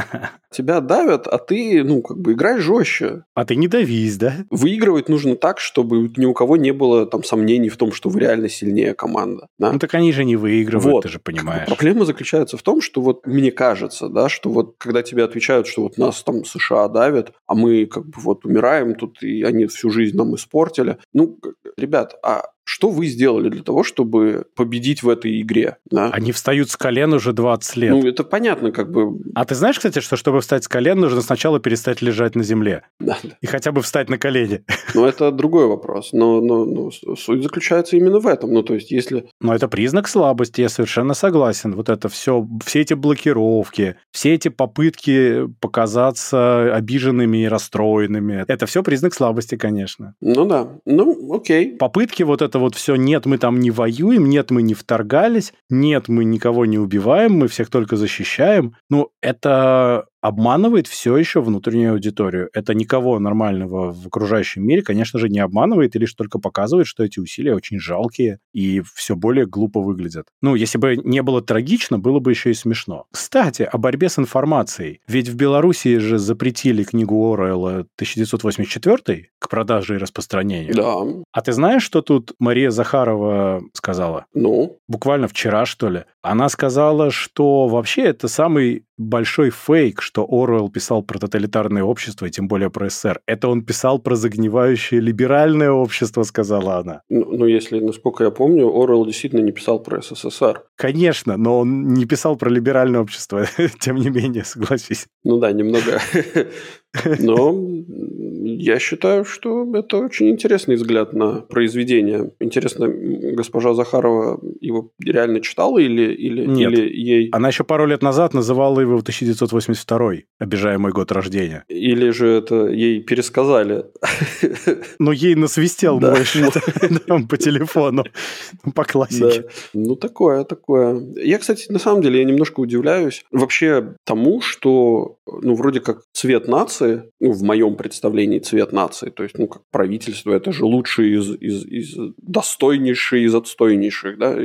Тебя давят, а ты, ну, как бы играй жестче. А ты не давись, да? Выигрывать нужно так, чтобы ни у кого не было там сомнений в том, что вы реально сильнее команда. Да? Ну, так они же не выигрывают, вот. Ты же понимаешь. Как бы проблема заключается в том, что вот мне кажется, да, что вот когда тебе отвечают, что вот нас там США давят, а мы как бы вот умираем тут, и они всю жизнь нам испортили. Ну, ребят, а что вы сделали для того, чтобы победить в этой игре? Да? Они встают с колен уже двадцать лет. Ну, это понятно, как бы... А ты знаешь, кстати, что чтобы встать с колен, нужно сначала перестать лежать на земле. Да. И хотя бы встать на колени. Ну, это другой вопрос. Но, но, но суть заключается именно в этом. Ну, то есть, если... Но это признак слабости, я совершенно согласен. Вот это все, все эти блокировки, все эти попытки показаться обиженными и расстроенными, это все признак слабости, конечно. Ну, да. Ну, окей. Попытки вот это вот все, нет, мы там не воюем, нет, мы не вторгались, нет, мы никого не убиваем, мы всех только защищаем. Ну, это обманывает все еще внутреннюю аудиторию. Это никого нормального в окружающем мире, конечно же, не обманывает и лишь только показывает, что эти усилия очень жалкие и все более глупо выглядят. Ну, если бы не было трагично, было бы еще и смешно. Кстати, о борьбе с информацией. Ведь в Белоруссии же запретили книгу Оруэлла тысяча девятьсот восемьдесят четвёртый к продаже и распространению. Да. А ты знаешь, что тут Мария Захарова сказала? Ну? Буквально вчера, что ли. Она сказала, что вообще это самый большой фейк, что Оруэлл писал про тоталитарное общество, и тем более про СССР. Это он писал про загнивающее либеральное общество, сказала она. Ну, ну, если, насколько я помню, Оруэлл действительно не писал про СССР. Конечно, но он не писал про либеральное общество, тем не менее, согласись. Ну да, немного. Но я считаю, что это очень интересный взгляд на произведение. Интересно, госпожа Захарова его реально читала или, или, Нет. или ей... Она еще пару лет назад называла его тысяча девятьсот восемьдесят второй, обижаемый год рождения. Или же это ей пересказали. Но ей насвистел Да. мой по телефону, по классике. Да. Ну, такое, такое. Я, кстати, на самом деле, я немножко удивляюсь вообще тому, что, ну, вроде как цвет нации, ну, в моем представлении цвет нации, то есть, ну, как правительство, это же лучшие из, из, из достойнейшие из отстойнейших, да?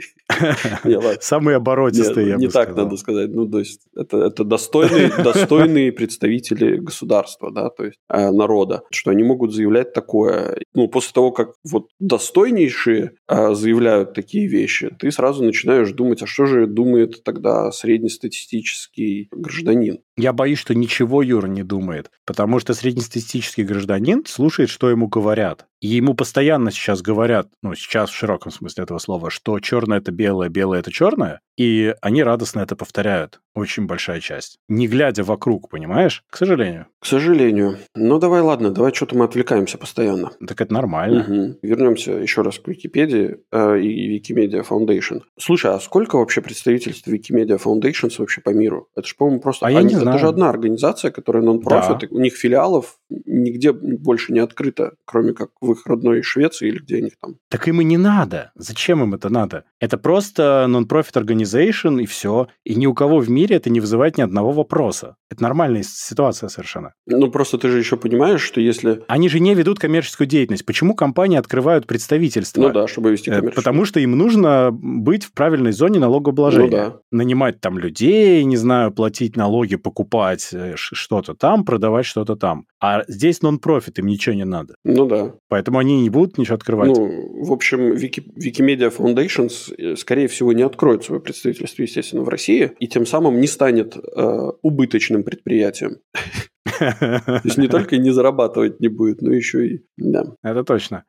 Самые оборотистые, я бы сказал. Не так надо сказать. Ну, то есть, это, это достойные, достойные представители государства, да, то есть, народа, что они могут заявлять такое. Ну, после того, как вот достойнейшие заявляют такие вещи, ты сразу начинаешь думать, а что же думает тогда среднестатистический гражданин? Я боюсь, что ничего Юра не думает, потому что среднестатистический гражданин слушает, что ему говорят. И ему постоянно сейчас говорят, ну, сейчас в широком смысле этого слова, что черное – это белое, белое – это черное, и они радостно это повторяют. Очень большая часть. Не глядя вокруг, понимаешь? К сожалению. К сожалению. Ну, давай, ладно, давай что-то мы отвлекаемся постоянно. Так это нормально. Угу. Вернемся еще раз к Википедии э, и Wikimedia Foundation. Слушай, а сколько вообще представительств Wikimedia Foundations вообще по миру? Это же, по-моему, просто... А я не знаю. Это же одна организация, которая нон-профит. Да. У них филиалов нигде больше не открыто, кроме как в их родной Швеции или где у них там. Так им и не надо. Зачем им это надо? Это просто non-profit organization и все. И ни у кого в мире это не вызывает ни одного вопроса. Это нормальная ситуация совершенно. Ну, просто ты же еще понимаешь, что если... Они же не ведут коммерческую деятельность. Почему компании открывают представительство? Ну да, чтобы вести коммерческую. Потому что им нужно быть в правильной зоне налогообложения. Ну да. Нанимать там людей, не знаю, платить налоги, покупать что-то там, продавать что-то там. А здесь нон-профит, им ничего не надо. Ну да. Поэтому они не будут ничего открывать. Ну, в общем, Wiki, Wikimedia Foundations, скорее всего, не откроет свое представительство, естественно, в России, и тем самым не станет э, убыточным предприятием. То есть не только не зарабатывать не будет, но еще и... Да. Это точно.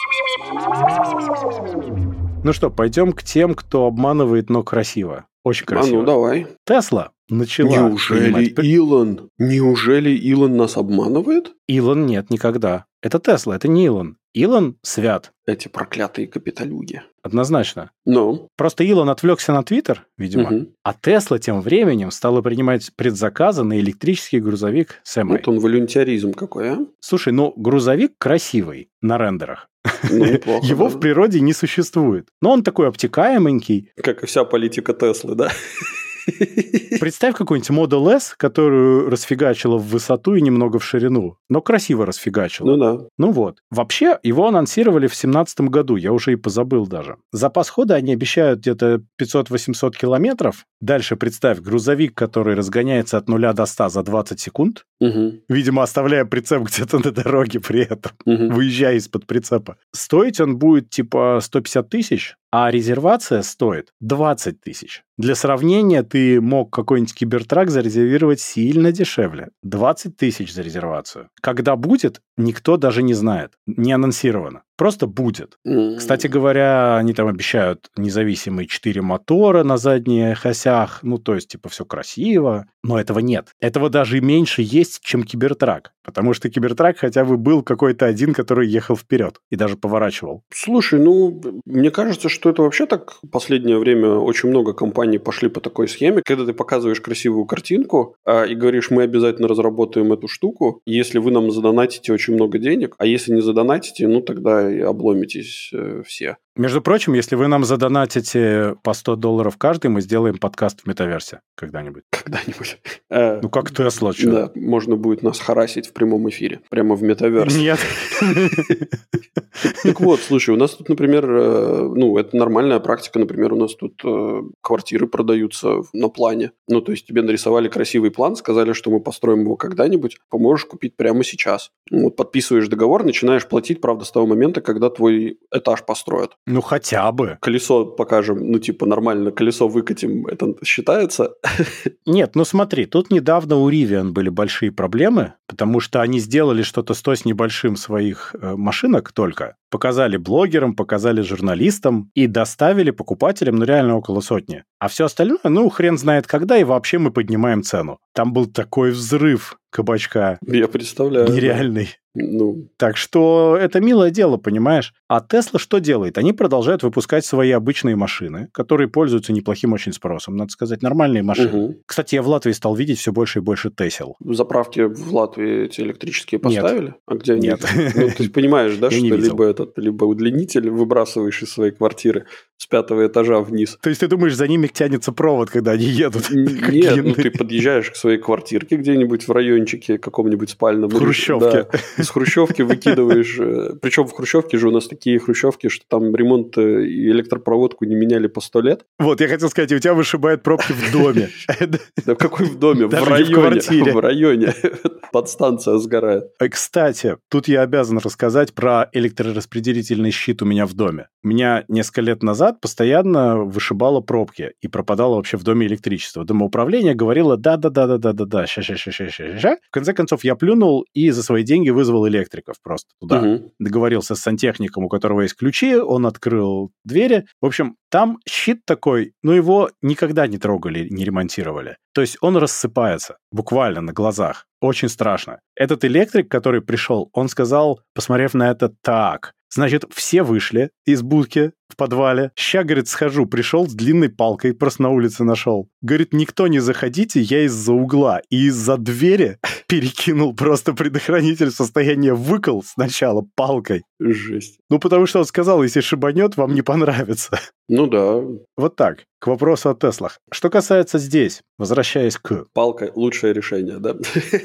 Ну что, пойдем к тем, кто обманывает, но красиво. Очень красиво. А ну, давай. Тесла начала... Неужели принимать... Илон? Неужели Илон нас обманывает? Илон нет, никогда. Это Тесла, это не Илон. Илон свят. Эти проклятые капиталюги. Однозначно. Ну? Просто Илон отвлекся на Твиттер, видимо, угу. А Тесла тем временем стала принимать предзаказы на электрический грузовик Сэмэй. Вот он волюнтаризм какой, а? Слушай, ну грузовик красивый на рендерах. Ну, неплохо, Его да. в природе не существует. Но он такой обтекаеменький. Как и вся политика Теслы, да? Представь какой-нибудь Model S, которую расфигачила в высоту и немного в ширину, но красиво расфигачила. Ну да. Ну вот. Вообще, его анонсировали в семнадцатом году, я уже и позабыл даже. Запас хода они обещают где-то пятьсот-восемьсот километров. Дальше представь, грузовик, который разгоняется от нуля до ста за двадцать секунд, угу. Видимо, оставляя прицеп где-то на дороге при этом, угу. выезжая из-под прицепа. Стоить он будет типа сто пятьдесят тысяч, а резервация стоит двадцать тысяч. Для сравнения, ты мог какой-нибудь кибертрак зарезервировать сильно дешевле. двадцать тысяч за резервацию. Когда будет, никто даже не знает. Не анонсировано. Просто будет. Mm-hmm. Кстати говоря, они там обещают независимые четыре мотора на задних осях. Ну, то есть, типа, все красиво. Но этого нет. Этого даже меньше есть, чем кибертрак. Потому что кибертрак хотя бы был какой-то один, который ехал вперед и даже поворачивал. Слушай, ну, мне кажется, что это вообще так в последнее время очень много компаний пошли по такой схеме. Когда ты показываешь красивую картинку а, и говоришь, мы обязательно разработаем эту штуку, если вы нам задонатите очень много денег, а если не задонатите, ну, тогда и обломитесь э, все. Между прочим, если вы нам задонатите по сто долларов каждый, мы сделаем подкаст в метаверсе когда-нибудь. Когда-нибудь. Ну, как Тесла, что? Да, можно будет нас харасить в прямом эфире. Прямо в метаверсе. Нет. Так вот, слушай, у нас тут, например, ну, это нормальная практика, например, у нас тут квартиры продаются на плане. Ну, то есть тебе нарисовали красивый план, сказали, что мы построим его когда-нибудь, поможешь купить прямо сейчас. Вот подписываешь договор, начинаешь платить, правда, с того момента, когда твой этаж построят. Ну, хотя бы. Колесо покажем, ну, типа, нормально, колесо выкатим, это считается? Нет, ну смотри, тут недавно у Rivian были большие проблемы, потому что они сделали что-то сто с небольшим своих э, машинок только, показали блогерам, показали журналистам и доставили покупателям, ну, реально около сотни. А все остальное, ну, хрен знает когда, и вообще мы поднимаем цену. Там был такой взрыв кабачка. Я представляю. Нереальный. Да. Ну. Так что это милое дело, понимаешь? А Tesla что делает? Они продолжают выпускать свои обычные машины, которые пользуются неплохим очень спросом, надо сказать, нормальные машины. Угу. Кстати, я в Латвии стал видеть все больше и больше Тесел. Заправки в Латвии эти электрические поставили? Нет. А где они? Нет. Ну, ты понимаешь, да, Я что не видел. либо этот, либо удлинитель выбрасываешь из своей квартиры с пятого этажа вниз. То есть ты думаешь, за ними тянется провод, когда они едут? Нет, ну ты подъезжаешь к своей квартирке где-нибудь в райончике каком-нибудь спальном. В хрущевке. Да, из хрущевки выкидываешь. Причем в хрущевке же у нас такие хрущевки, что там ремонт и электропроводку не меняли по сто лет. Вот, я хотел сказать, у тебя вышибают пробки в доме. Да какой в доме? В районе. В районе. Подстанция сгорает. Кстати, тут я обязан рассказать про электрораспределительный щит у меня в доме. У меня несколько лет назад постоянно вышибало пробки и пропадало вообще в доме электричество. Домоуправление говорило да-да-да-да-да-да, ща-ща-ща-ща-ща. В конце концов, я плюнул и за свои деньги вызвал электриков просто туда. Угу. Договорился с сантехником, у которого есть ключи, он открыл двери. В общем, там щит такой, но его никогда не трогали, не ремонтировали. То есть он рассыпается буквально на глазах. Очень страшно. Этот электрик, который пришел, он сказал, посмотрев на это, так, значит, все вышли из будки в подвале. Ща, говорит, схожу. Пришел с длинной палкой, просто на улице нашел. Говорит, никто не заходите, я из-за угла. И из-за двери перекинул просто предохранитель в состояние выкол сначала палкой. Жесть. Ну, потому что он сказал, если шибанет, вам не понравится. Ну да. Вот так. К вопросу о Теслах. Что касается здесь, возвращаясь к... Палка – лучшее решение, да?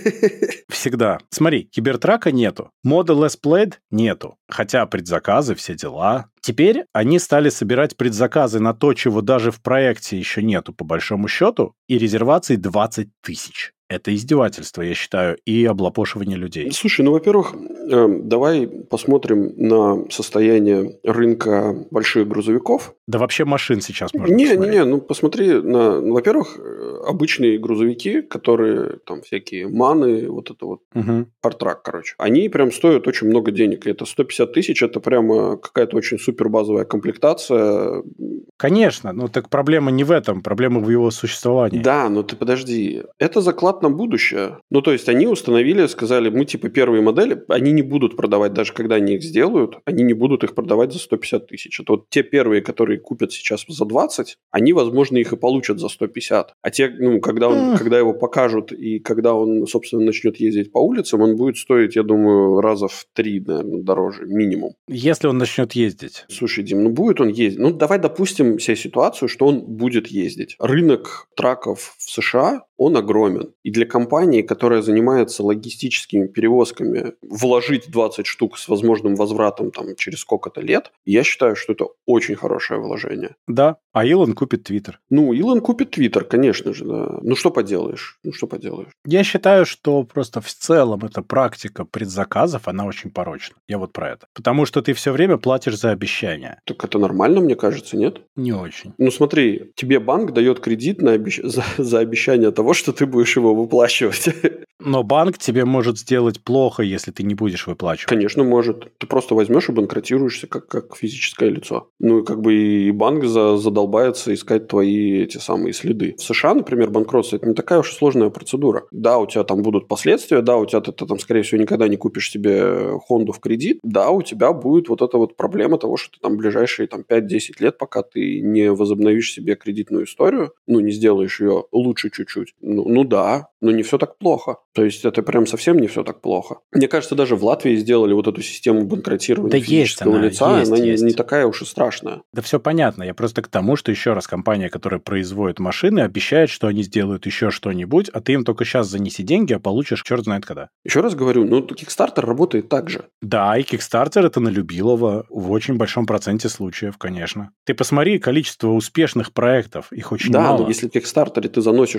Всегда. Смотри, Кибертрака нету. Model S Plaid нету. Хотя предзаказы, все дела. Теперь они стали собирать предзаказы на то, чего даже в проекте еще нету, по большому счету, и резерваций двадцать тысяч. Это издевательство, я считаю, и облапошивание людей. Слушай, ну, во-первых, э, давай посмотрим на состояние рынка больших грузовиков. Да вообще машин сейчас можно не, посмотреть. Не-не-не, ну посмотри на, ну, во-первых, обычные грузовики, которые там всякие маны, вот это вот, угу. Фортрак, короче, они прям стоят очень много денег. И это сто пятьдесят тысяч, это прямо какая-то очень супер базовая комплектация. Конечно, но так проблема не в этом, проблема в его существовании. Да, но ты подожди, это заклад на будущее. Ну, то есть они установили, сказали, мы типа первые модели, они не будут продавать, даже когда они их сделают, они не будут их продавать за сто пятьдесят тысяч. Это вот те первые, которые купят сейчас за двадцать, они, возможно, их и получат за сто пятьдесят. А те, ну, когда, он, mm. когда его покажут и когда он, собственно, начнет ездить по улицам, он будет стоить, я думаю, раза в три, наверное, дороже, минимум. Если он начнет ездить. Слушай, Дим, ну будет он ездить. Ну, давай допустим себе ситуацию, что он будет ездить. Рынок траков в США, он огромен. И для компании, которая занимается логистическими перевозками, вложить двадцать штук с возможным возвратом там, через сколько-то лет, я считаю, что это очень хорошее вложение. Да, а Илон купит Твиттер. Ну, Илон купит Твиттер, конечно же, да. Ну, что поделаешь? Ну, что поделаешь? Я считаю, что просто в целом эта практика предзаказов, она очень порочна. Я вот про это. Потому что ты все время платишь за обещания. Так это нормально, мне кажется, нет? Не очень. Ну, смотри, тебе банк дает кредит на обещ... за, за обещание того, что ты будешь его выплачивать. Но банк тебе может сделать плохо, если ты не будешь выплачивать. Конечно, может. Ты просто возьмешь и банкротируешься как, как физическое лицо. Ну, и как бы и банк за, задолбается искать твои эти самые следы. В США, например, банкротство – это не такая уж и сложная процедура. Да, у тебя там будут последствия, да, у тебя ты, ты там, скорее всего, никогда не купишь себе Хонду в кредит, да, у тебя будет вот эта вот проблема того, что ты там ближайшие там, пять-десять лет, пока ты не возобновишь себе кредитную историю, ну, не сделаешь ее лучше чуть-чуть. Ну, ну да, но не все так плохо. То есть это прям совсем не все так плохо. Мне кажется, даже в Латвии сделали вот эту систему банкротирования да физического есть она, лица, есть, она есть. Не, не такая уж и страшная. Да все понятно. Я просто к тому, что еще раз компания, которая производит машины, обещает, что они сделают еще что-нибудь, а ты им только сейчас занеси деньги, а получишь черт знает когда. Еще раз говорю, ну Kickstarter работает так же. Да, и Kickstarter это на любилово в очень большом проценте случаев, конечно. Ты посмотри количество успешных проектов, их очень да, мало. Да, но если в Kickstarter ты заносишь, не пойми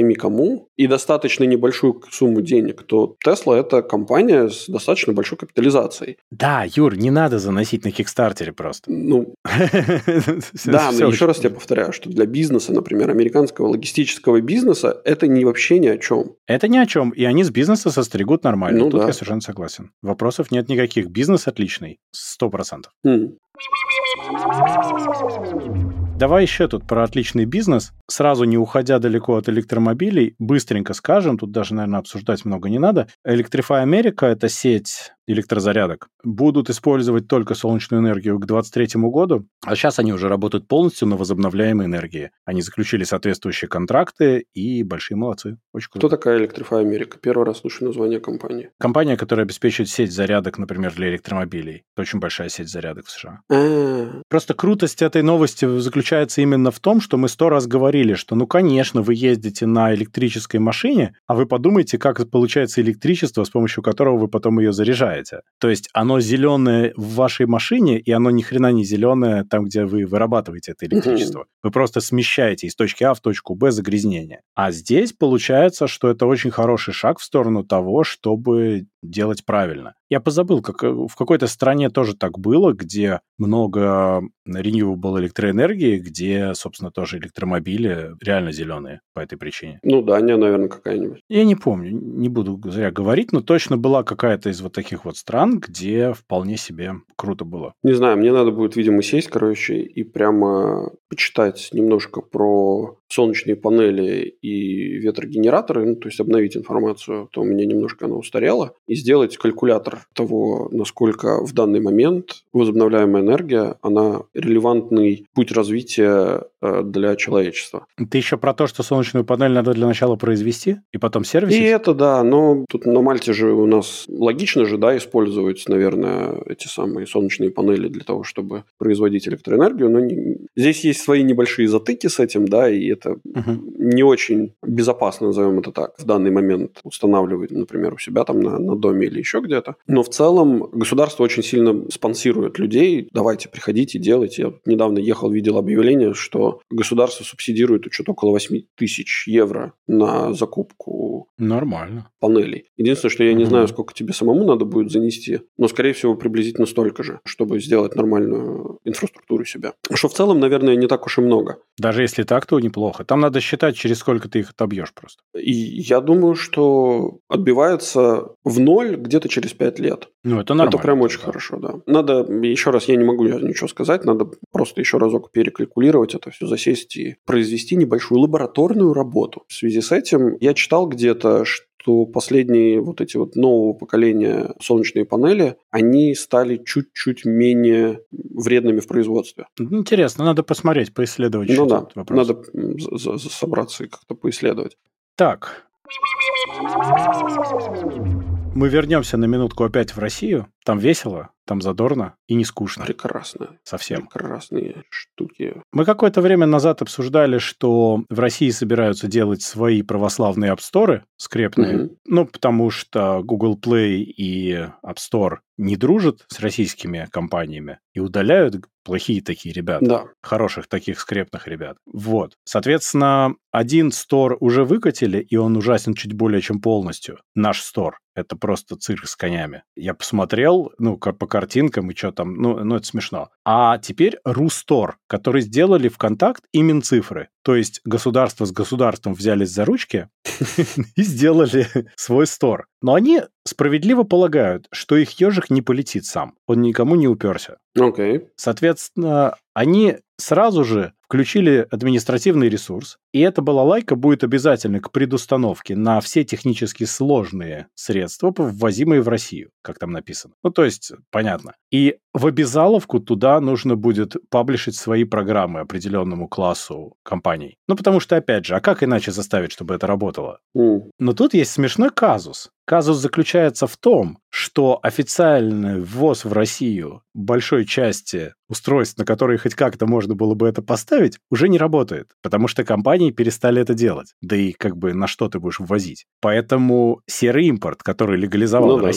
пойми кому и достаточно небольшую сумму денег, то Tesla – это компания с достаточно большой капитализацией. Да, Юр, не надо заносить на Кикстартере просто. Ну, да, но еще раз тебе повторяю, что для бизнеса, например, американского логистического бизнеса, это не вообще ни о чем. Это ни о чем, и они с бизнеса состригут нормально. Ну, Тут да. я совершенно согласен. Вопросов нет никаких. Бизнес отличный, сто процентов. Mm. Давай еще тут про отличный бизнес. Сразу не уходя далеко от электромобилей, быстренько скажем, тут даже, наверное, обсуждать много не надо. Electrify America – это сеть электрозарядок. Будут использовать только солнечную энергию к двадцать третьему году, а сейчас они уже работают полностью на возобновляемой энергии. Они заключили соответствующие контракты и большие молодцы. Очень круто. Кто такая Electrify America? Первый раз слышу название компании. Компания, которая обеспечивает сеть зарядок, например, для электромобилей. Это очень большая сеть зарядок в США. А-а-а. Просто крутость этой новости заключается именно в том, что мы сто раз говорили, что, ну, конечно, вы ездите на электрической машине, а вы подумайте, как получается электричество, с помощью которого вы потом ее заряжаете. То есть оно зеленое в вашей машине, и оно ни хрена не зеленое там, где вы вырабатываете это электричество. Mm-hmm. Вы просто смещаете из точки А в точку Б загрязнение. А здесь получается, что это очень хороший шаг в сторону того, чтобы делать правильно. Я позабыл, как в какой-то стране тоже так было, где много renewable электроэнергии, где, собственно, тоже электромобили реально зеленые по этой причине. Ну, Дания, наверное, какая-нибудь. Я не помню, не буду зря говорить, но точно была какая-то из вот таких вот стран, где вполне себе круто было. Не знаю, мне надо будет, видимо, сесть, короче, и прямо почитать немножко про солнечные панели и ветрогенераторы, ну, то есть обновить информацию, то у меня немножко она устарела, и сделать калькулятор того, насколько в данный момент возобновляемая энергия, она релевантный путь развития э, для человечества. Ты еще про то, что солнечную панель надо для начала произвести и потом сервисить? И это, да, но тут на Мальте же у нас логично же, да, использовать, наверное, эти самые солнечные панели для того, чтобы производить электроэнергию, но не... здесь есть свои небольшие затыки с этим, да, и это угу. не очень безопасно, назовем это так, в данный момент устанавливать, например, у себя там на, на доме или еще где-то. Но в целом государство очень сильно спонсирует людей. Давайте, приходите, делайте. Я недавно ехал, видел объявление, что государство субсидирует что-то около восемь тысяч евро на закупку Нормально. панелей. Единственное, что я не угу. знаю, сколько тебе самому надо будет занести, но, скорее всего, приблизительно столько же, чтобы сделать нормальную инфраструктуру себя. Что в целом, наверное, не так уж и много. Даже если так, то неплохо. Там надо считать, через сколько ты их отобьешь просто. И я думаю, что отбивается в ноль где-то через пять лет. Ну, это нормально. Это прям очень да. хорошо, да. Надо, еще раз, я не могу ничего сказать, надо просто еще разок перекалькулировать это все, засесть и произвести небольшую лабораторную работу. В связи с этим я читал где-то, что что последние вот эти вот нового поколения солнечные панели, они стали чуть-чуть менее вредными в производстве. Интересно, надо посмотреть, поисследовать. Ну да, вопрос. Надо собраться и как-то поисследовать. Так. Мы вернемся на минутку опять в Россию. Там весело, там задорно и не скучно. Прекрасно. Совсем. Прекрасные штуки. Мы какое-то время назад обсуждали, что в России собираются делать свои православные апсторы скрепные. Угу. Ну, потому что Google Play и App Store не дружат с российскими компаниями и удаляют плохие такие ребята. Да. Хороших таких скрепных ребят. Вот. Соответственно, один стор уже выкатили, и он ужасен чуть более чем полностью. Наш стор. Это просто цирк с конями. Я посмотрел, ну, по картинкам и что там, ну, ну, это смешно. А теперь Рустор, который сделали ВКонтакт и Минцифры. То есть государство с государством взялись за ручки и сделали свой стор. Но они справедливо полагают, что их ежик не полетит сам. Он никому не уперся. Окей. Okay. Соответственно, они сразу же включили административный ресурс, и эта балалайка будет обязательно к предустановке на все технически сложные средства, ввозимые в Россию, как там написано. Ну, то есть, понятно. И в обязаловку туда нужно будет паблишить свои программы определенному классу компаний. Ну, потому что, опять же, а как иначе заставить, чтобы это работало? Mm. Но тут есть смешной казус. Казус заключается в том, что официальный ввоз в Россию большой части устройств, на которые хоть как-то можно было бы это поставить, уже не работает, потому что компании перестали это делать. Да и как бы на что ты будешь ввозить. Поэтому серый импорт, который легализовала ну, да. Россия,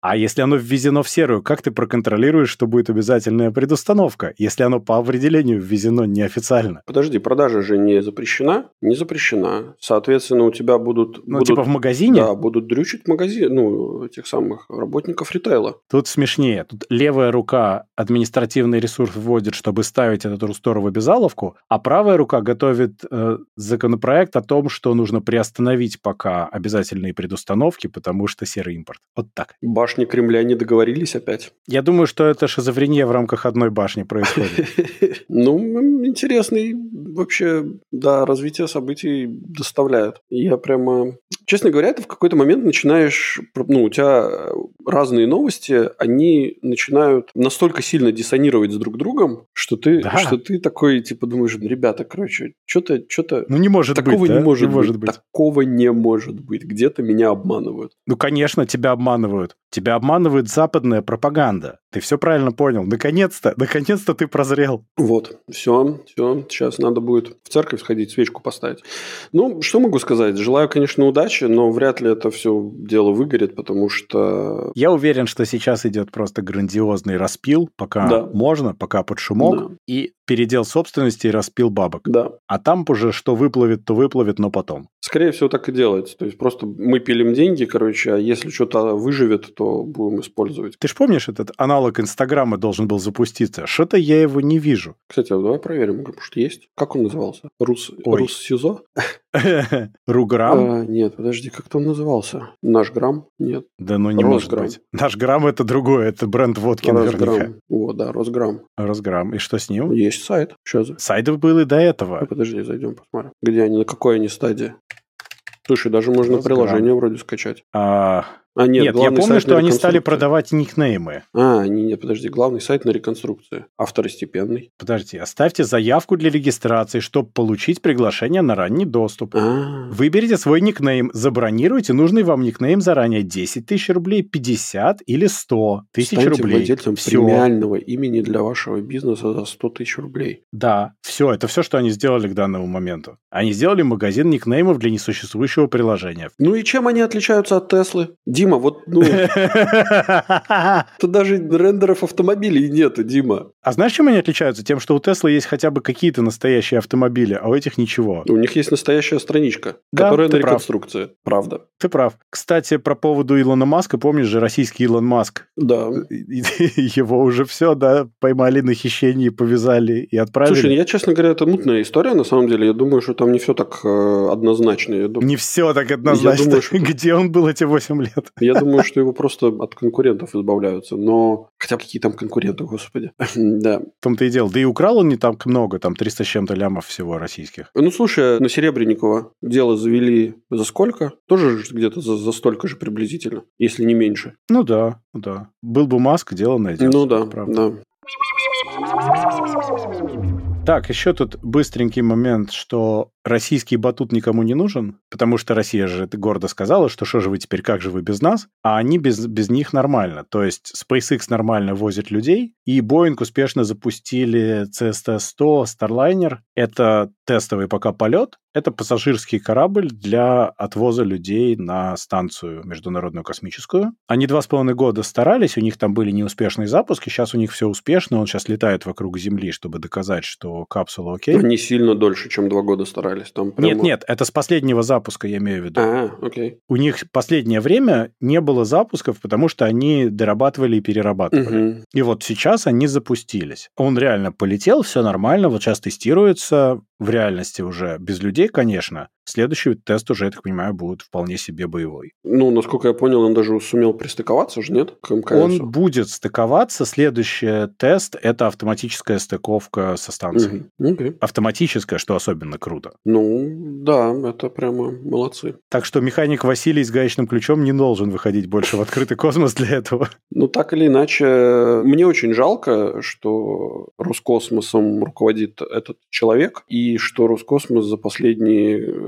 А если оно ввезено в серую, как ты проконтролируешь, что будет обязательная предустановка, если оно по определению ввезено неофициально? Подожди, продажа же не запрещена? Не запрещена. Соответственно, у тебя будут... Ну, будут, типа в магазине? Да, будут дрючить магазин, ну, этих самых работников ритейла. Тут смешнее. Тут левая рука административный ресурс вводит, чтобы ставить эту рустору в обязаловку, а правая рука готовит э, законопроект о том, что нужно приостановить пока обязательные предустановки, потому что серый импорт. Вот так. Башни Кремля не договорились опять? Я думаю, что это шизофрения в рамках одной башни происходит. Ну, интересный вообще, да, развитие событий доставляет. Я прямо... Честно говоря, ты в какой-то момент начинаешь... Ну, у тебя разные новости, они начинают настолько сильно диссонировать с друг другом, что ты, Да. что ты такой, типа, думаешь, ребята, короче, что-то... что-то Ну, не может такого быть, не, да? может, не быть, может быть. Такого не может быть. Где-то меня обманывают. Ну, конечно, тебя обманывают. Тебя обманывает западная пропаганда. Ты все правильно понял. Наконец-то, наконец-то ты прозрел. Вот, все, все. Сейчас надо будет в церковь сходить, свечку поставить. Ну, что могу сказать? Желаю, конечно, удачи, но вряд ли это все дело выгорит, потому что... Я уверен, что сейчас идет просто грандиозный распил, пока Да. можно, пока под шумок, Да. и передел собственности и распил бабок. Да. А там уже что выплывет, то выплывет, но потом. Скорее всего, так и делается. То есть, просто мы пилим деньги, короче, а если что-то выживет, то будем использовать. Ты ж помнишь, этот аналог Инстаграма должен был запуститься? Что-то я его не вижу. Кстати, а давай проверим, может, есть? Как он назывался? Рус... Ой. Рус-СИЗО? Руграм? А, нет, подожди, как-то он назывался? Наш грамм? Нет. Да ну не Росграм. может быть. Наш грамм это другое, это бренд водки наверняка. Росграмм. О, да, Росграмм. Росграмм. И что с ним? Есть сайт. Сейчас. Сайт был и до А, этого. подожди, зайдем, посмотрим. Где они, на какой они стадии? Слушай, даже можно Росграм. приложение вроде скачать. А, А, нет, нет, я главный помню, сайт что на они стали реконструкции. продавать никнеймы. А, не, нет, подожди, главный сайт на реконструкции. А второстепенный? Подожди, оставьте заявку для регистрации, чтобы получить приглашение на ранний доступ. А, Выберите свой никнейм, забронируйте нужный вам никнейм заранее. десять тысяч рублей, пятьдесят или сто тысяч станьте рублей. владельцем Всё. премиального имени для вашего бизнеса за сто тысяч рублей. Да, все, это все, что они сделали к данному моменту. Они сделали магазин никнеймов для несуществующего приложения. Ну и чем они отличаются от Теслы? Дима, вот, ну, тут даже рендеров автомобилей нет, Дима. А знаешь, чем они отличаются? Тем, что у Теслы есть хотя бы какие-то настоящие автомобили, а у этих ничего. У них есть настоящая страничка, Да, которая на ты прав. реконструкции. Правда. Ты прав. Кстати, про поводу Илона Маска, помнишь же российский Илон Маск? Да. Его уже все, да, поймали на хищении, повязали и отправили. Слушай, я, честно говоря, это мутная история, на самом деле. Я думаю, что там не все так э, однозначно. Я, дум... Не все так однозначно. думаю, что- Где он был эти восемь лет? Я думаю, что его просто от конкурентов избавляются. Но хотя бы какие там конкуренты, господи. Да. В том-то и дело. Да и украл он не так много, там триста с чем-то лямов всего российских. Ну, слушай, на Серебренникова дело завели за сколько? Тоже ж где-то за, за столько же приблизительно, если не меньше. Ну да, да. Был бы Маск, дело найдется. Ну да, правда. да. Так, еще тут быстренький момент, что российский батут никому не нужен, потому что Россия же это гордо сказала, что что же вы теперь, как же вы без нас, а они без, без них нормально. То есть SpaceX нормально возит людей, и Boeing успешно запустили си эс ти сто Starliner. Это тестовый пока полет, это пассажирский корабль для отвоза людей на станцию международную космическую. Они два с половиной года старались, у них там были неуспешные запуски, сейчас у них все успешно, он сейчас летает вокруг Земли, чтобы доказать, что капсула окей. Они сильно дольше, чем два года старались. Там прямо... Нет, нет, это с последнего запуска, я имею в виду. А, окей. У них последнее время не было запусков, потому что они дорабатывали и перерабатывали. Угу. И вот сейчас они запустились. Он реально полетел, все нормально, вот сейчас тестируется, в реальности уже без людей, конечно. Следующий тест уже, я так понимаю, будет вполне себе боевой. Ну, насколько я понял, он даже сумел пристыковаться же, нет? К МКСу. Он будет стыковаться. Следующий тест – это автоматическая стыковка со станцией. Угу. Окей. Автоматическая, что особенно круто. Ну, да, это прямо молодцы. Так что механик Василий с гаечным ключом не должен выходить больше в открытый космос для этого. Ну, так или иначе, мне очень жалко, что Роскосмосом руководит этот человек, и что Роскосмос за последние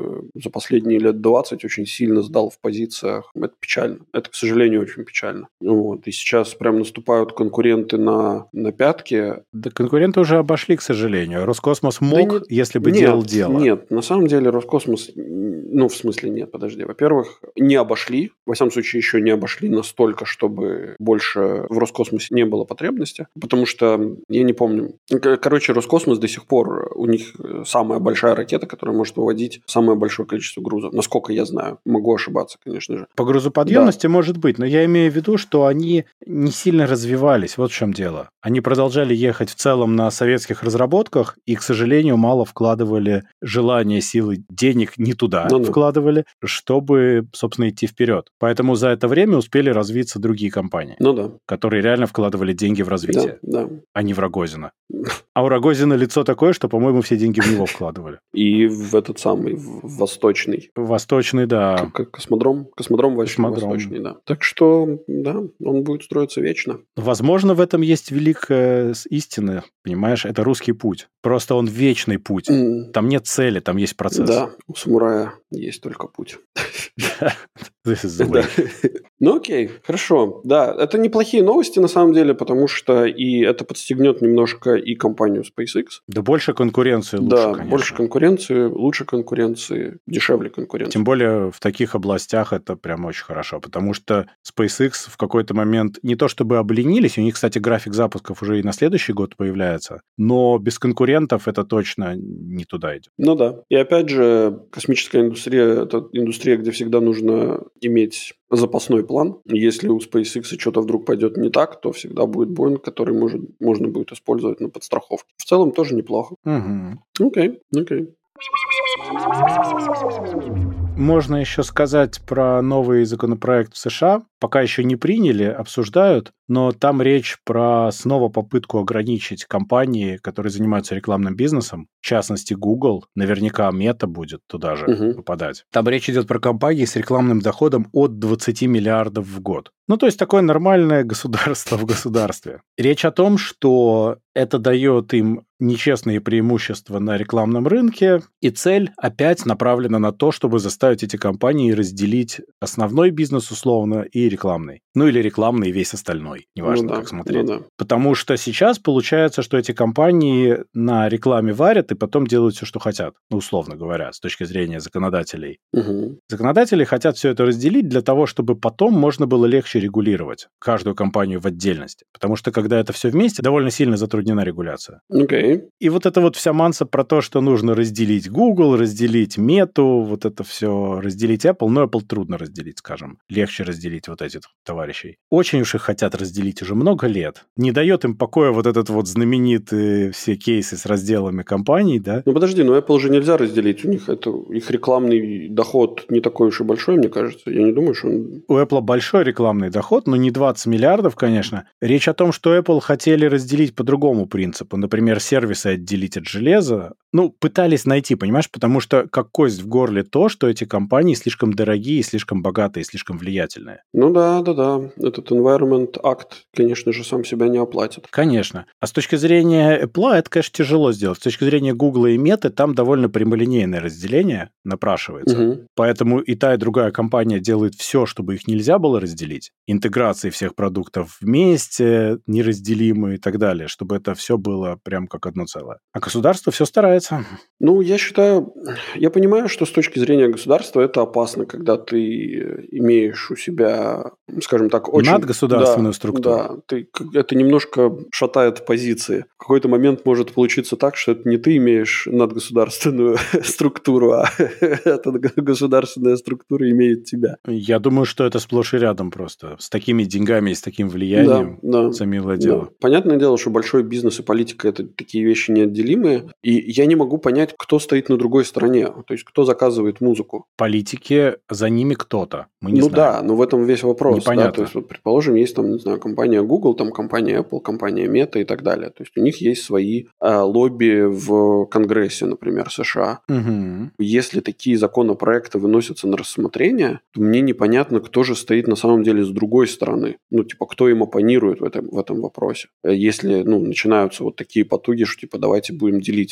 за последние лет двадцать очень сильно сдал в позициях. Это печально. Это, к сожалению, очень печально. Вот. И сейчас прям наступают конкуренты на, на пятки. Да конкуренты уже обошли, к сожалению. Роскосмос мог, да нет, если бы нет, делал дело. Нет, на самом деле Роскосмос... Ну, в смысле нет, подожди. Во-первых, не обошли. Во всяком случае, еще не обошли настолько, чтобы больше в Роскосмосе не было потребности. Потому что, я не помню... Короче, Роскосмос до сих пор... У них самая большая ракета, которая может выводить самое большое количество груза. Насколько я знаю. Могу ошибаться, конечно же. По грузоподъемности да. может быть, но я имею в виду, что они не сильно развивались. Вот в чем дело. Они продолжали ехать в целом на советских разработках и, к сожалению, мало вкладывали желание, силы, денег не туда ну, вкладывали, чтобы, собственно, идти вперед. Поэтому за это время успели развиться другие компании, ну, да. которые реально вкладывали деньги в развитие, да, да. а не в Рогозина. А у Рогозина лицо такое, что, по-моему, все деньги в него вкладывали. И в этот самый, в Восточный. Восточный, да. Как космодром? Космодром, Космодром. Восточный, да. Так что, да, он будет строиться вечно. Возможно, в этом есть великая истина, понимаешь? Это русский путь. Просто он вечный путь. Mm. Там нет цели, там есть процесс. Да, у самурая есть только путь. Ну окей, хорошо. Да, это неплохие новости на самом деле, потому что и это подстегнет немножко и компанию SpaceX. Да больше конкуренции лучше, Да, конечно. больше конкуренции, лучше конкуренции, дешевле конкуренции. Тем более в таких областях это прям очень хорошо, потому что SpaceX в какой-то момент не то чтобы обленились, у них, кстати, график запусков уже и на следующий год появляется, но без конкурентов это точно не туда идет. Ну да. И опять же, космическая индустрия – это индустрия, где всегда нужно иметь запасной план. Если у SpaceX что-то вдруг пойдет не так, то всегда будет Boeing, который может, можно будет использовать на подстраховке. В целом тоже неплохо. Угу. Окей, окей. Можно еще сказать про новый законопроект в США. Пока еще не приняли, обсуждают, но там речь про снова попытку ограничить компании, которые занимаются рекламным бизнесом, в частности Google, наверняка Meta будет туда же uh-huh. попадать. Там речь идет про компании с рекламным доходом от двадцати миллиардов в год. Ну, то есть такое нормальное государство в государстве. Речь о том, что это дает им нечестные преимущества на рекламном рынке, и цель опять направлена на то, чтобы заставить эти компании разделить основной бизнес условно и рекламный. Ну, или рекламный и весь остальной. Неважно, ну, да, как смотреть. Ну, да. Потому что сейчас получается, что эти компании на рекламе варят и потом делают все, что хотят. Ну, условно говоря, с точки зрения законодателей. Угу. Законодатели хотят все это разделить для того, чтобы потом можно было легче регулировать каждую компанию в отдельности. Потому что, когда это все вместе, довольно сильно затруднена регуляция. Okay. И вот это вот вся манса про то, что нужно разделить Google, разделить Meta, вот это все разделить Apple. Но Apple трудно разделить, скажем. Легче разделить вот этих товарищей. Очень уж их хотят разделить уже много лет. Не дает им покоя вот этот вот знаменитый все кейсы с разделами компаний, да? Ну подожди, но Apple же нельзя разделить. У них это их рекламный доход не такой уж и большой, мне кажется. Я не думаю, что он... У Apple большой рекламный доход, но не двадцать миллиардов, конечно. Речь о том, что Apple хотели разделить по другому принципу. Например, сервисы отделить от железа. Ну, пытались найти, понимаешь? Потому что как кость в горле то, что эти компании слишком дорогие, слишком богатые, слишком влиятельные. Ну да, да, да. Этот Environment Act, конечно же, сам себя не оплатит. Конечно. А с точки зрения Apple это, конечно, тяжело сделать. С точки зрения Google и Meta там довольно прямолинейное разделение напрашивается. Угу. Поэтому и та, и другая компания делает все, чтобы их нельзя было разделить. Интеграции всех продуктов вместе, неразделимые и так далее, чтобы это все было прям как одно целое. А государство все старается. Ну, я считаю, я понимаю, что с точки зрения государства это опасно, когда ты имеешь у себя, скажем так, очень... Надгосударственную да, структуру. Да, ты, это немножко шатает позиции. В какой-то момент может получиться так, что это не ты имеешь надгосударственную структуру, а эта государственная структура имеет тебя. Я думаю, что это сплошь и рядом просто. С такими деньгами и с таким влиянием, да, да, за милое дело. Да. Понятное дело, что большой бизнес и политика – это такие вещи неотделимые. И я не могу понять, кто стоит на другой стороне. То есть, кто заказывает музыку. Политики, за ними кто-то. Мы не ну знаем. да, но в этом весь вопрос. Непонятно. Да? То есть, вот, предположим, есть там, не знаю, компания Google, там компания Apple, компания Meta и так далее. То есть, у них есть свои э, лобби в Конгрессе, например, США. Угу. Если такие законопроекты выносятся на рассмотрение, то мне непонятно, кто же стоит на самом деле с другой стороны. Ну, типа, кто им оппонирует в этом, в этом вопросе. Если, ну, начинаются вот такие потуги, что, типа, давайте будем делить. Что-то у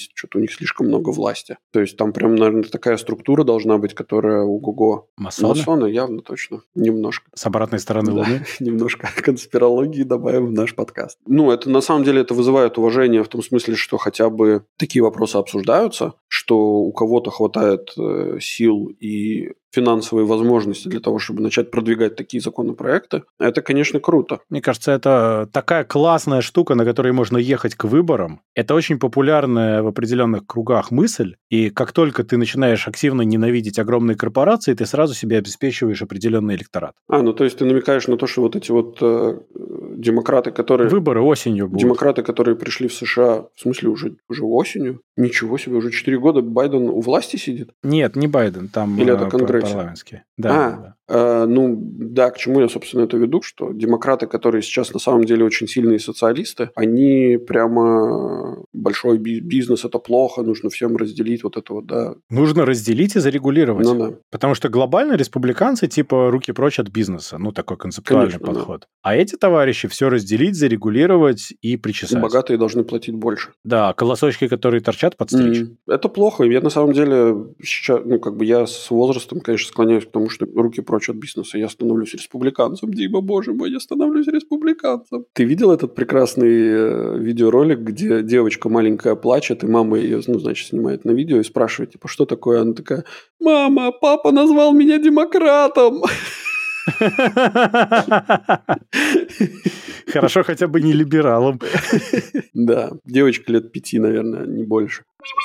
них слишком много власти. То есть там прям, наверное, такая структура должна быть, которая ого-го. Масоны? Масоны явно, точно. Немножко. С обратной стороны Да, Луны? немножко конспирологии добавим в наш подкаст. Ну, это на самом деле это вызывает уважение в том смысле, что хотя бы такие вопросы обсуждаются, что у кого-то хватает э, сил и финансовые возможности для того, чтобы начать продвигать такие законопроекты, это, конечно, круто. Мне кажется, это такая классная штука, на которой можно ехать к выборам. Это очень популярная в определенных кругах мысль, и как только ты начинаешь активно ненавидеть огромные корпорации, ты сразу себе обеспечиваешь определенный электорат. А, ну то есть ты намекаешь на то, что вот эти вот э, демократы, которые... Выборы осенью будут. Демократы, которые пришли в США, в смысле уже, уже осенью? Ничего себе, уже четыре года Байден у власти сидит? Нет, не Байден, там Или это э, Конгресс? парламентские. Да, а, да. Э, ну да, к чему я, собственно, это веду, что демократы, которые сейчас на самом деле очень сильные социалисты, они прямо большой бизнес, это плохо, нужно всем разделить вот это вот, да. Нужно разделить и зарегулировать. Ну да. Потому что глобально республиканцы типа руки прочь от бизнеса, ну такой концептуальный Конечно, подход. Да. А эти товарищи все разделить, зарегулировать и причесать. Богатые должны платить больше. Да, колосочки, которые торчат, подстричь. Mm. Это плохо. Я на самом деле сейчас, ну как бы я с возрастом, конечно, склоняюсь к тому, что руки прочь от бизнеса. Я становлюсь республиканцем. Дима, боже мой, я становлюсь республиканцем. Ты видел этот прекрасный э, видеоролик, где девочка маленькая плачет, и мама ее, ну, значит, снимает на видео и спрашивает, типа, что такое? Она такая: мама, папа назвал меня демократом. Хорошо, хотя бы не либералом. Да, девочка лет пяти, наверное, не больше.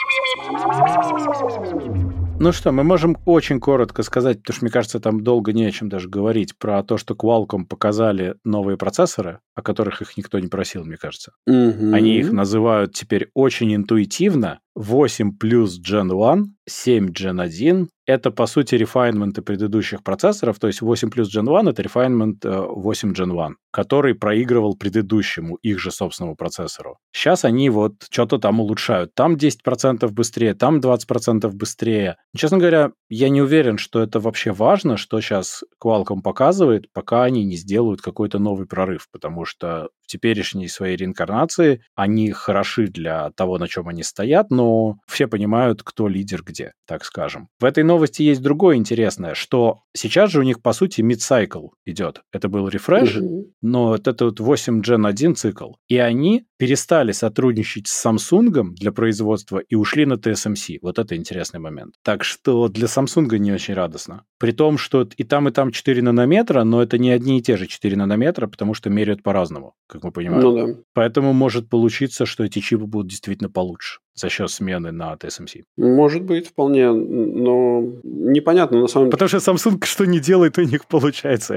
Ну что, мы можем очень коротко сказать, потому что, мне кажется, там долго не о чем даже говорить, про то, что Qualcomm показали новые процессоры, о которых их никто не просил, мне кажется. Угу. Они их называют теперь очень интуитивно восемь плюс Gen один, семь Gen один. Это, по сути, рефайнменты предыдущих процессоров, то есть восемь плюс Gen один — это рефайнмент восемь Gen один, который проигрывал предыдущему, их же собственному процессору. Сейчас они вот что-то там улучшают. Там десять процентов быстрее, там двадцать процентов быстрее. Честно говоря, я не уверен, что это вообще важно, что сейчас Qualcomm показывает, пока они не сделают какой-то новый прорыв, потому что в теперешней своей реинкарнации они хороши для того, на чем они стоят, но все понимают, кто лидер где, так скажем. В этой новости есть другое интересное, что сейчас же у них, по сути, mid-cycle идет. Это был рефреш, угу. но вот это вот восемь Gen один цикл. И они перестали сотрудничать с Samsung для производства и ушли на ти эс эм си. Вот это интересный момент. Так что для Samsung не очень радостно. При том, что и там, и там четыре нанометра, но это не одни и те же четыре нанометра, потому что меряют по-разному, как мы понимаем. Ну да. Поэтому может получиться, что эти чипы будут действительно получше за счет смены на ти эс эм си. Может быть, вполне, но непонятно на самом деле. Потому что Samsung что не делает, у них получается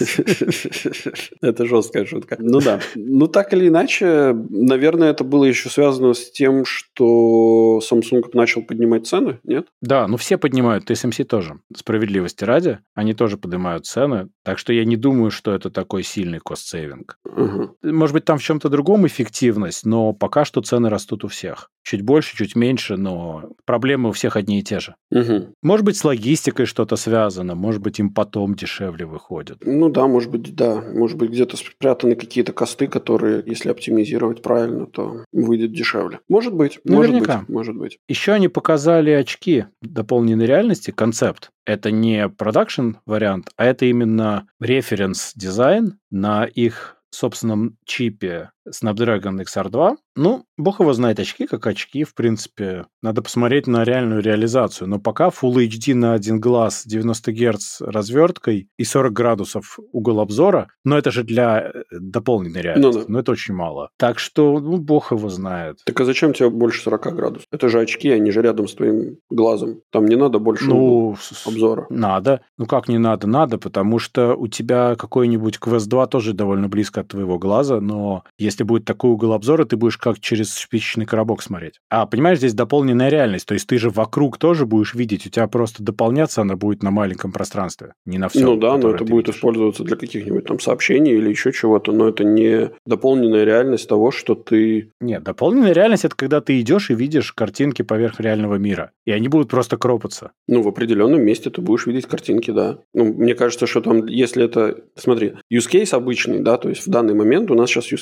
Exynos. Это жесткая шутка. Ну да. Ну так или иначе, наверное, это было еще связано с тем, что Samsung начал поднимать цены, нет? Да, ну все поднимают, ти эс эм си тоже. Справедливости ради, они тоже поднимают цены. Так что я не думаю, что это такой сильный кост-сейвинг. Угу. Может быть, там в чем-то другом эффективность, но пока что цены растут у всех. Чуть больше, чуть меньше, но проблемы у всех одни и те же. Угу. Может быть, с логистикой что-то связано, может быть, им потом дешевле выходит. Ну да, может быть, да. Может быть, где-то спрятаны какие-то косты, которые, если оптимизировать правильно, то выйдет дешевле. Может быть. Наверняка. Может быть. Может быть. Еще они показали очки дополненной реальности, концепт. Это не продакшн-вариант, а это именно референс-дизайн на их собственном чипе Snapdragon икс ар два. Ну, бог его знает, очки как очки, в принципе. Надо посмотреть на реальную реализацию. Но пока Full эйч ди на один глаз, девяносто герц разверткой и сорок градусов угол обзора, но это же для дополненной реальности. Ну, да. Но это очень мало. Так что, ну, бог его знает. Так а зачем тебе больше сорока градусов? Это же очки, они же рядом с твоим глазом. Там не надо больше ну, обзора. Надо. Ну, как не надо? Надо, потому что у тебя какой-нибудь Quest два тоже довольно близко от твоего глаза, но если будет такой угол обзора, ты будешь как через спичечный коробок смотреть. А, понимаешь, здесь дополненная реальность, то есть ты же вокруг тоже будешь видеть, у тебя просто дополняться она будет на маленьком пространстве, не на всем. Ну да, но это будет видишь. Использоваться для каких-нибудь там сообщений или еще чего-то, но это не дополненная реальность того, что ты... Нет, дополненная реальность — это когда ты идешь и видишь картинки поверх реального мира, и они будут просто кропаться. Ну, в определенном месте ты будешь видеть картинки, да. Ну, мне кажется, что там, если это... Смотри, use case обычный, да, то есть в данный момент у нас сейчас use case какой?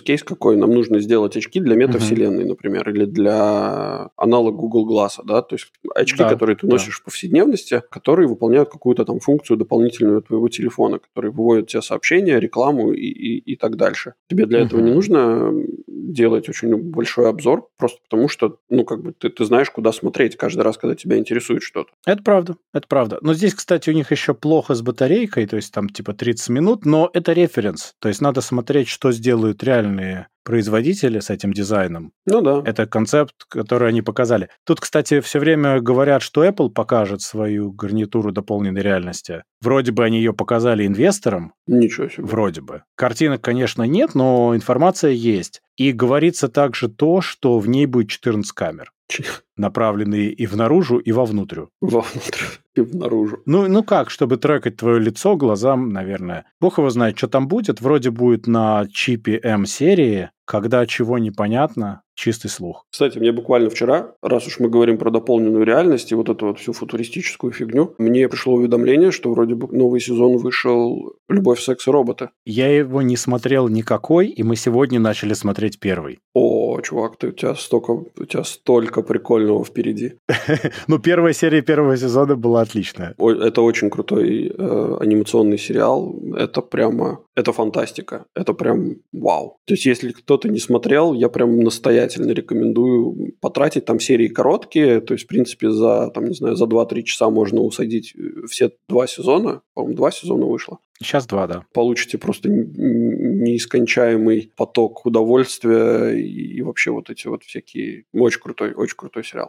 такой, нам нужно сделать очки для метавселенной, uh-huh. например, или для аналога Google Glass, да, то есть очки, да, которые ты носишь да. в повседневности, которые выполняют какую-то там функцию дополнительную твоего телефона, которые выводят тебе сообщения, рекламу и, и, и так дальше. Тебе для uh-huh. этого не нужно делать очень большой обзор, просто потому что, ну, как бы ты, ты знаешь, куда смотреть каждый раз, когда тебя интересует что-то. Это правда, это правда. Но здесь, кстати, у них еще плохо с батарейкой, то есть там типа тридцать минут, но это референс, то есть надо смотреть, что сделают реальные производители с этим дизайном. Ну да. Это концепт, который они показали. Тут, кстати, все время говорят, что Apple покажет свою гарнитуру дополненной реальности. Вроде бы они ее показали инвесторам. Ничего себе. Вроде бы. Картинок, конечно, нет, но информация есть. И говорится также то, что в ней будет четырнадцать камер. Направленные и внаружу, и вовнутрь. Вовнутрь и внаружу. Ну, ну как, чтобы трекать твое лицо глазам, наверное. Бог его знает, что там будет. Вроде будет на чипе M-серии, когда чего непонятно, чистый слух. Кстати, мне буквально вчера, раз уж мы говорим про дополненную реальность и вот эту вот всю футуристическую фигню, мне пришло уведомление, что вроде бы новый сезон вышел «Любовь, секс и роботы». Я его не смотрел никакой, и мы сегодня начали смотреть первый. О, чувак, ты, у тебя столько, у тебя столько прикольного впереди. Ну, первая серия первого сезона была отличная. Это очень крутой э, анимационный сериал. Это прямо, это фантастика. Это прям вау. То есть, если кто-то не смотрел, я прям настоятельно рекомендую потратить. Там серии короткие, то есть, в принципе, за, там, не знаю, за два-три часа можно усадить все два сезона. По-моему, два сезона вышло. Сейчас два, да. Получите просто неискончаемый поток удовольствия и, и вообще вот эти вот всякие... Очень крутой, очень крутой сериал.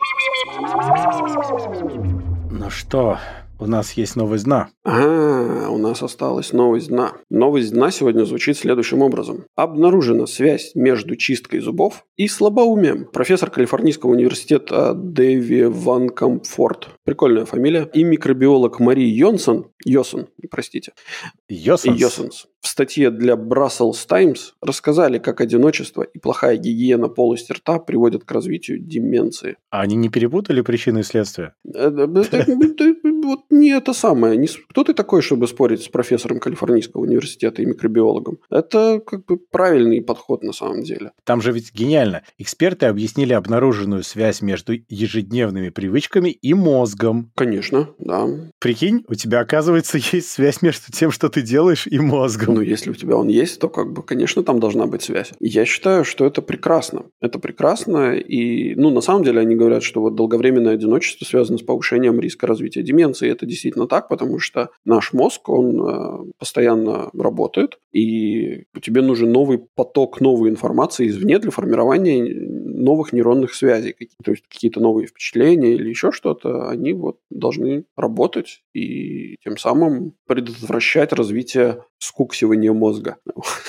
Ну что, у нас есть новость дна. А, у нас осталась новость дна. Новость дна сегодня звучит следующим образом. Обнаружена связь между чисткой зубов и слабоумием. Профессор Калифорнийского университета Дэви Ван Камфорт, прикольная фамилия, и микробиолог Мари Йонсон, Йосон, простите, Йосонс. Йосонс, в статье для Brussels Times рассказали, как одиночество и плохая гигиена полости рта приводят к развитию деменции. А они не перепутали причины и следствия? Вот не это самое. Не... Кто ты такой, чтобы спорить с профессором Калифорнийского университета и микробиологом? Это как бы правильный подход на самом деле. Там же ведь гениально. Эксперты объяснили обнаруженную связь между ежедневными привычками и мозгом. Конечно, да. Прикинь, у тебя, оказывается, есть связь между тем, что ты делаешь, и мозгом. Ну, если у тебя он есть, то, как бы, конечно, там должна быть связь. Я считаю, что это прекрасно. Это прекрасно. И, ну, на самом деле, они говорят, что вот долговременное одиночество связано с повышением риска развития деменции. Это действительно так, потому что наш мозг, он э, постоянно работает, и тебе нужен новый поток новой информации извне для формирования новых нейронных связей. То есть какие-то новые впечатления или еще что-то, они вот должны работать и тем самым предотвращать развитие скуксивания мозга.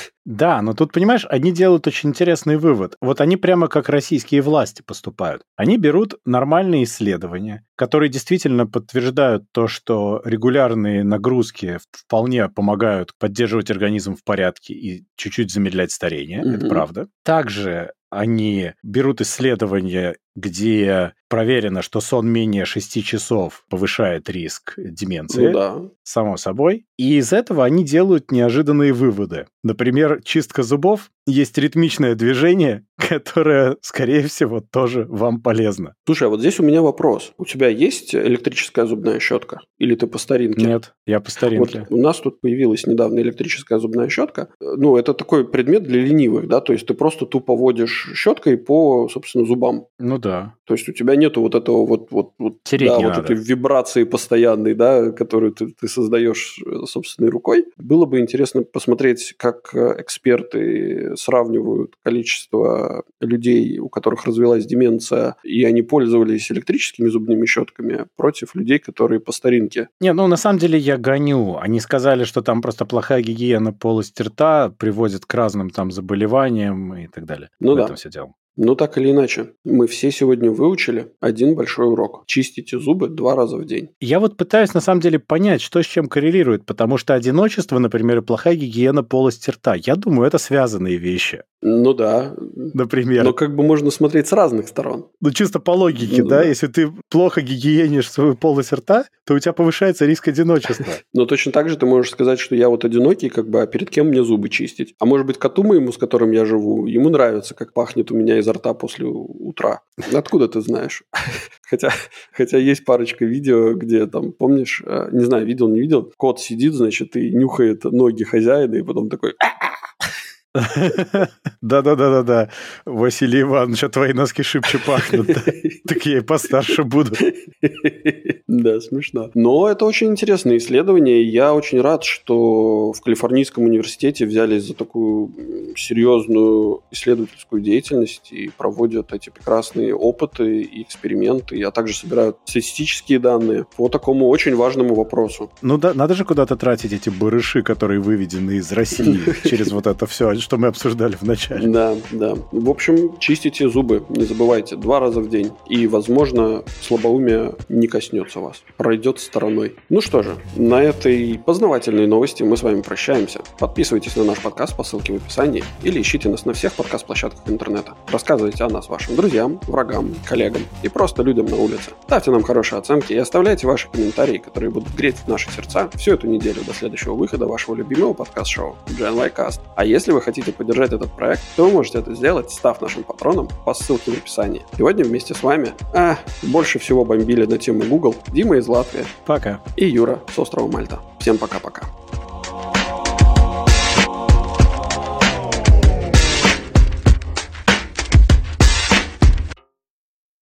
Да, но тут, понимаешь, они делают очень интересный вывод. Вот они прямо как российские власти поступают. Они берут нормальные исследования, которые действительно подтверждают то, что регулярные нагрузки вполне помогают поддерживать организм в порядке и чуть-чуть замедлять старение. Mm-hmm. Это правда. Также они берут исследования, где проверено, что сон менее шести часов повышает риск деменции. Ну да. Само собой. И из этого они делают неожиданные выводы. Например, чистка зубов, есть ритмичное движение, которое, скорее всего, тоже вам полезно. Слушай, а вот здесь у меня вопрос. У тебя есть электрическая зубная щетка? Или ты по старинке? Нет, я по старинке. Вот у нас тут появилась недавно электрическая зубная щетка. Ну, это такой предмет для ленивых, да? То есть ты просто тупо водишь щеткой по, собственно, зубам. Ну да. То есть у тебя нету вот этого вот, вот, вот, Тереть да, не вот надо. этой вибрации постоянной, да, которую ты, ты создаешь собственной рукой. Было бы интересно посмотреть, как эксперты сравнивают количество людей, у которых развилась деменция, и они пользовались электрическими зубными щетками, против людей, которые по старинке. Не, ну на самом деле я гоню. Они сказали, что там просто плохая гигиена полости рта приводит к разным там заболеваниям и так далее. Ну в да. этом все дело. Ну, так или иначе, мы все сегодня выучили один большой урок. Чистите зубы два раза в день. Я вот пытаюсь, на самом деле, понять, что с чем коррелирует, потому что одиночество, например, и плохая гигиена полости рта, я думаю, это связанные вещи. Ну да. Например. Но как бы можно смотреть с разных сторон. Ну, чисто по логике, ну, да? да? Если ты плохо гигиенишь свою полость рта, то у тебя повышается риск одиночества. Но точно так же ты можешь сказать, что я вот одинокий, как бы, а перед кем мне зубы чистить? А может быть, коту моему, с которым я живу, ему нравится, как пахнет у меня изо рта после утра. Откуда ты знаешь? Хотя, хотя есть парочка видео, где там, помнишь, не знаю, видел, не видел, кот сидит, значит, и нюхает ноги хозяина, и потом такой... Да-да-да-да-да. Василий Иванович, а твои носки шибче пахнут. Так я и постарше буду. Да, смешно. Но это очень интересное исследование. Я очень рад, что в Калифорнийском университете взялись за такую серьезную исследовательскую деятельность и проводят эти прекрасные опыты и эксперименты, а также собирают статистические данные по такому очень важному вопросу. Ну да, надо же куда-то тратить эти барыши, которые выведены из России через вот это все, что мы обсуждали в начале. Да, да. В общем, чистите зубы, не забывайте, два раза в день. И, возможно, слабоумие не коснется вас, пройдет стороной. Ну что же, на этой познавательной новости мы с вами прощаемся. Подписывайтесь на наш подкаст по ссылке в описании или ищите нас на всех подкаст-площадках интернета. Рассказывайте о нас вашим друзьям, врагам, коллегам и просто людям на улице. Ставьте нам хорошие оценки и оставляйте ваши комментарии, которые будут греть наши сердца всю эту неделю до следующего выхода вашего любимого подкаст-шоу джи эн вай Cast. А если вы хотите поддержать этот проект, то вы можете это сделать, став нашим патроном по ссылке в описании. Сегодня вместе с вами а, больше всего бомбили на тему Google Дима из Латвии. Пока. И Юра с острова Мальта. Всем пока-пока.